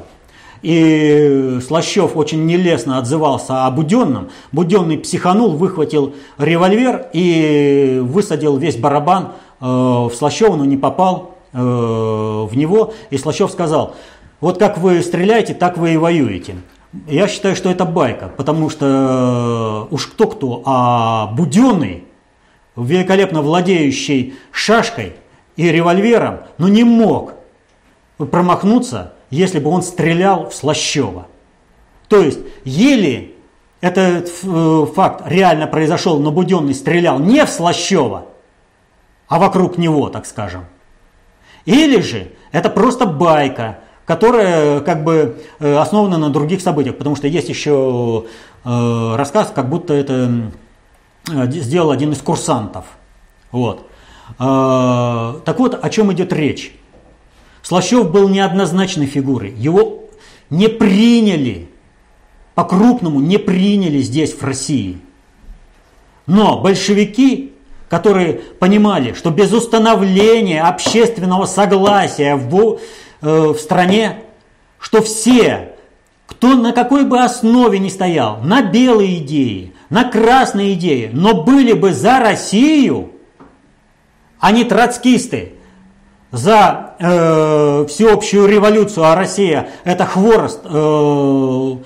и Слащев очень нелестно отзывался о Буденном, Буденный психанул, выхватил револьвер и высадил весь барабан в Слащева, но не попал в него. И Слащев сказал: вот как вы стреляете, так вы и воюете. Я считаю, что это байка, потому что уж кто-кто, а Буденный, великолепно владеющий шашкой и револьвером, но не мог промахнуться, если бы он стрелял в Слащева. То есть, еле этот факт реально произошел, но Буденный стрелял не в Слащева, а вокруг него, так скажем. Или же это просто байка, которая как бы основана на других событиях, потому что есть еще рассказ, как будто это сделал один из курсантов. Вот. Так вот, о чем идет речь. Слащев был неоднозначной фигурой, его не приняли, по-крупному не приняли здесь, в России. Но большевики, которые понимали, что без установления общественного согласия в стране, что все, кто на какой бы основе ни стоял, на белые идеи, на красные идеи, но были бы за Россию, а не троцкисты, за всеобщую революцию, а Россия это хворост в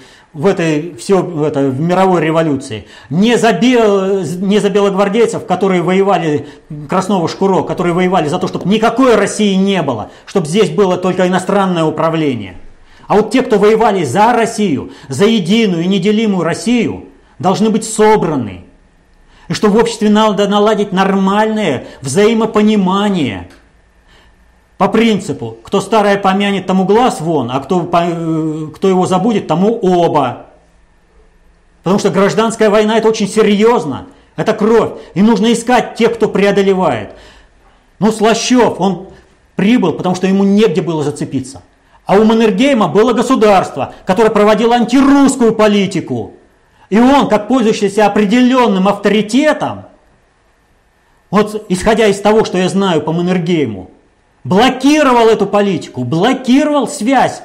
мировой революции, не за белогвардейцев, которые воевали, Краснова Шкуро, которые воевали за то, чтобы никакой России не было, чтобы здесь было только иностранное управление. А вот те, кто воевали за Россию, за единую и неделимую Россию, должны быть собраны. И что в обществе надо наладить нормальное взаимопонимание. По принципу, кто старое помянет, тому глаз вон, а кто его забудет, тому оба. Потому что гражданская война это очень серьезно, это кровь, и нужно искать тех, кто преодолевает. Но Слащев, он прибыл, потому что ему негде было зацепиться. А у Маннергейма было государство, которое проводило антирусскую политику. И он, как пользующийся определенным авторитетом, вот исходя из того, что я знаю по Маннергейму, блокировал эту политику, блокировал связь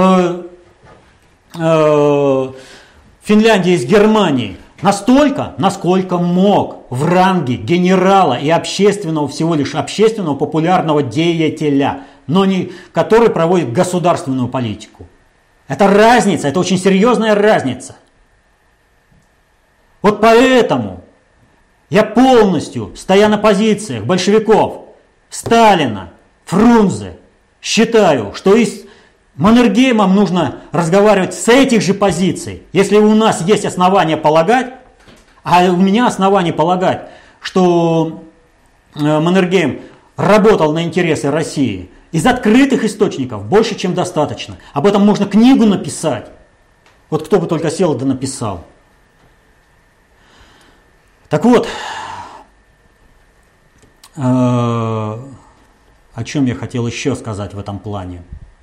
Финляндии с Германией настолько, насколько мог в ранге генерала и общественного, всего лишь общественного популярного деятеля, но не который проводит государственную политику. Это разница, это очень серьезная разница. Вот поэтому я полностью, стоя на позициях большевиков, Сталина, Фрунзе, считаю, что и с Маннергеймом нужно разговаривать с этих же позиций. Если у нас есть основания полагать, а у меня основания полагать, что Маннергейм работал на интересы России, из открытых источников больше, чем достаточно. Об этом можно книгу написать. Вот кто бы только сел да написал. Так вот, о чем я хотел еще сказать в этом плане.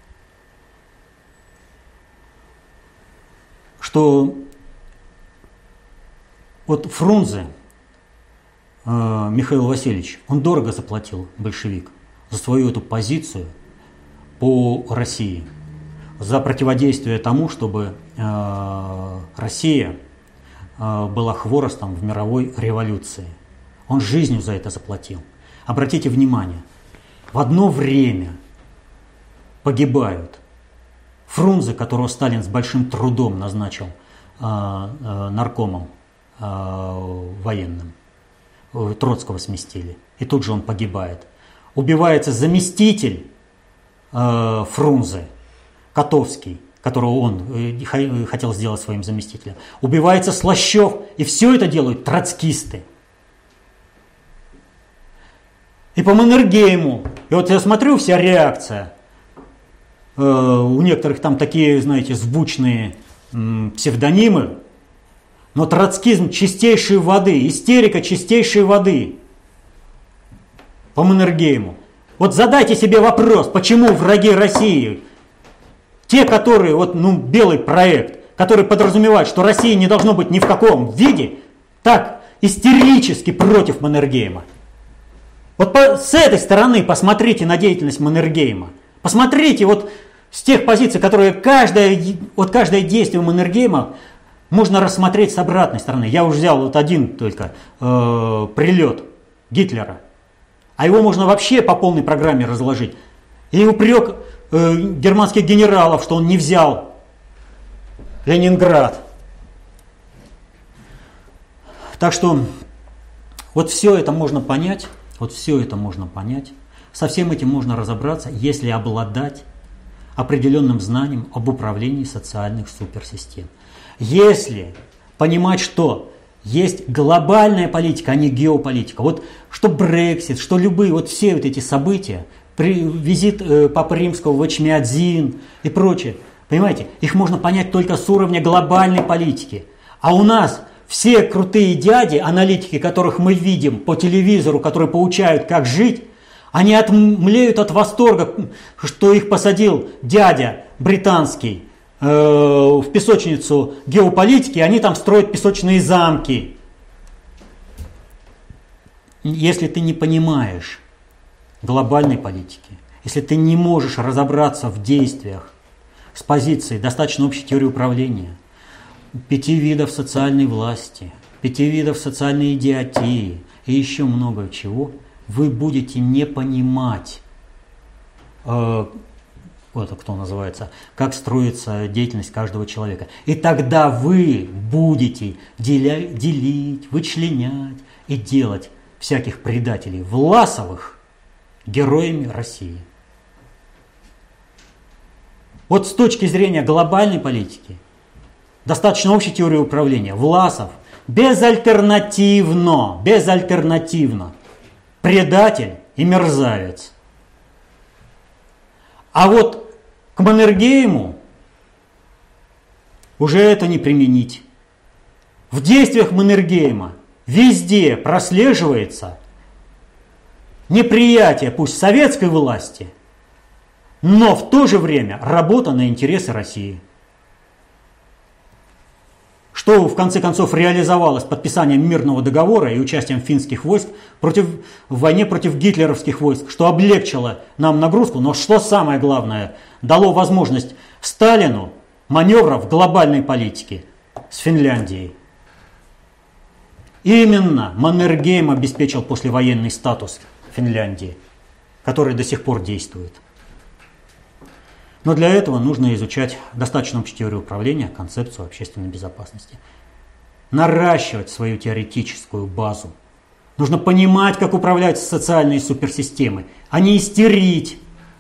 Что вот Фрунзе Михаил Васильевич, он дорого заплатил, большевик, за свою эту позицию по России, за противодействие тому, чтобы Россия была хворостом в мировой революции. Он жизнью за это заплатил. Обратите внимание, в одно время погибают Фрунзе, которого Сталин с большим трудом назначил наркомом военным. Троцкого сместили. И тут же он погибает. Убивается заместитель Фрунзе, Котовский, которого он хотел сделать своим заместителем. Убивается Слащев. И все это делают троцкисты. и по Маннергейму. И вот я смотрю, вся реакция. У некоторых там такие, знаете, звучные псевдонимы. Но троцкизм чистейшей воды, истерика чистейшей воды по Маннергейму. Вот задайте себе вопрос, почему враги России, те, которые, белый проект, который подразумевает, что России не должно быть ни в каком виде, так истерически против Маннергейма. Вот с этой стороны посмотрите на деятельность Маннергейма. Посмотрите вот с тех позиций, которые каждое действие Маннергейма можно рассмотреть с обратной стороны. Я уже взял один только прилет Гитлера. А его можно вообще по полной программе разложить. И упрек германских генералов, что он не взял Ленинград. Так что вот все это можно понять. Со всем этим можно разобраться, если обладать определенным знанием об управлении социальных суперсистем. Если понимать, что есть глобальная политика, а не геополитика. Вот что Брексит, что любые все эти события, визит Папы Римского в Эчмиадзин и прочее, понимаете, их можно понять только с уровня глобальной политики. А у нас все крутые дяди, аналитики, которых мы видим по телевизору, которые поучают, как жить, они млеют от восторга, что их посадил дядя британский в песочницу геополитики, они там строят песочные замки. Если ты не понимаешь глобальной политики, если ты не можешь разобраться в действиях с позиции достаточно общей теории управления, 5 видов социальной власти, 5 видов социальной идиотии и еще много чего, вы будете не понимать, как строится деятельность каждого человека. И тогда вы будете делить, вычленять и делать всяких предателей Власовых героями России. Вот с точки зрения глобальной политики, достаточно общей теории управления, Власов безальтернативно предатель и мерзавец. А вот к Маннергейму уже это не применить. В действиях Маннергейма везде прослеживается неприятие пусть советской власти, но в то же время работа на интересы России. Что в конце концов реализовалось подписанием мирного договора и участием финских войск в войне против гитлеровских войск, что облегчило нам нагрузку, но что самое главное, дало возможность Сталину маневров глобальной политики с Финляндией. Именно Маннергейм обеспечил послевоенный статус Финляндии, который до сих пор действует. Но для этого нужно изучать достаточно общую теорию управления, концепцию общественной безопасности. Наращивать свою теоретическую базу. Нужно понимать, как управлять социальные суперсистемы, а не истерить.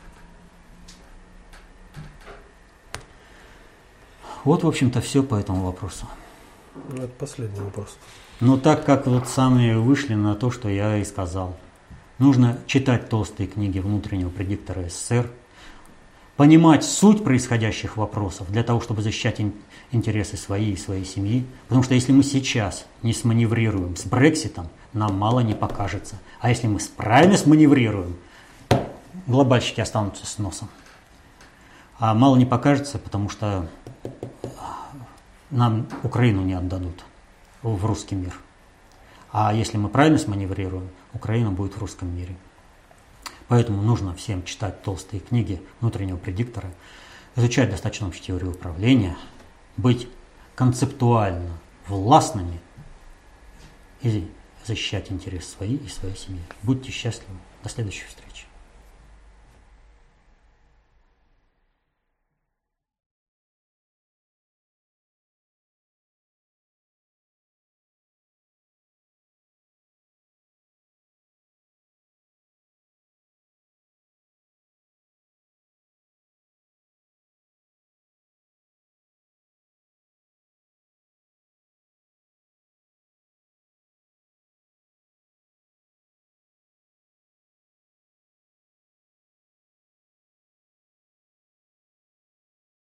Вот, в общем-то, все по этому вопросу. Это последний вопрос. Но так как сами вышли на то, что я и сказал. Нужно читать толстые книги внутреннего предиктора СССР, понимать суть происходящих вопросов для того, чтобы защищать интересы свои и своей семьи. Потому что если мы сейчас не сманеврируем с Брекситом, нам мало не покажется. А если мы правильно сманеврируем, глобальщики останутся с носом. А мало не покажется, потому что нам Украину не отдадут в русский мир. А если мы правильно сманеврируем, Украина будет в русском мире. Поэтому нужно всем читать толстые книги внутреннего предиктора, изучать достаточно общую теорию управления, быть концептуально властными и защищать интересы свои и своей семьи. Будьте счастливы. До следующей встречи.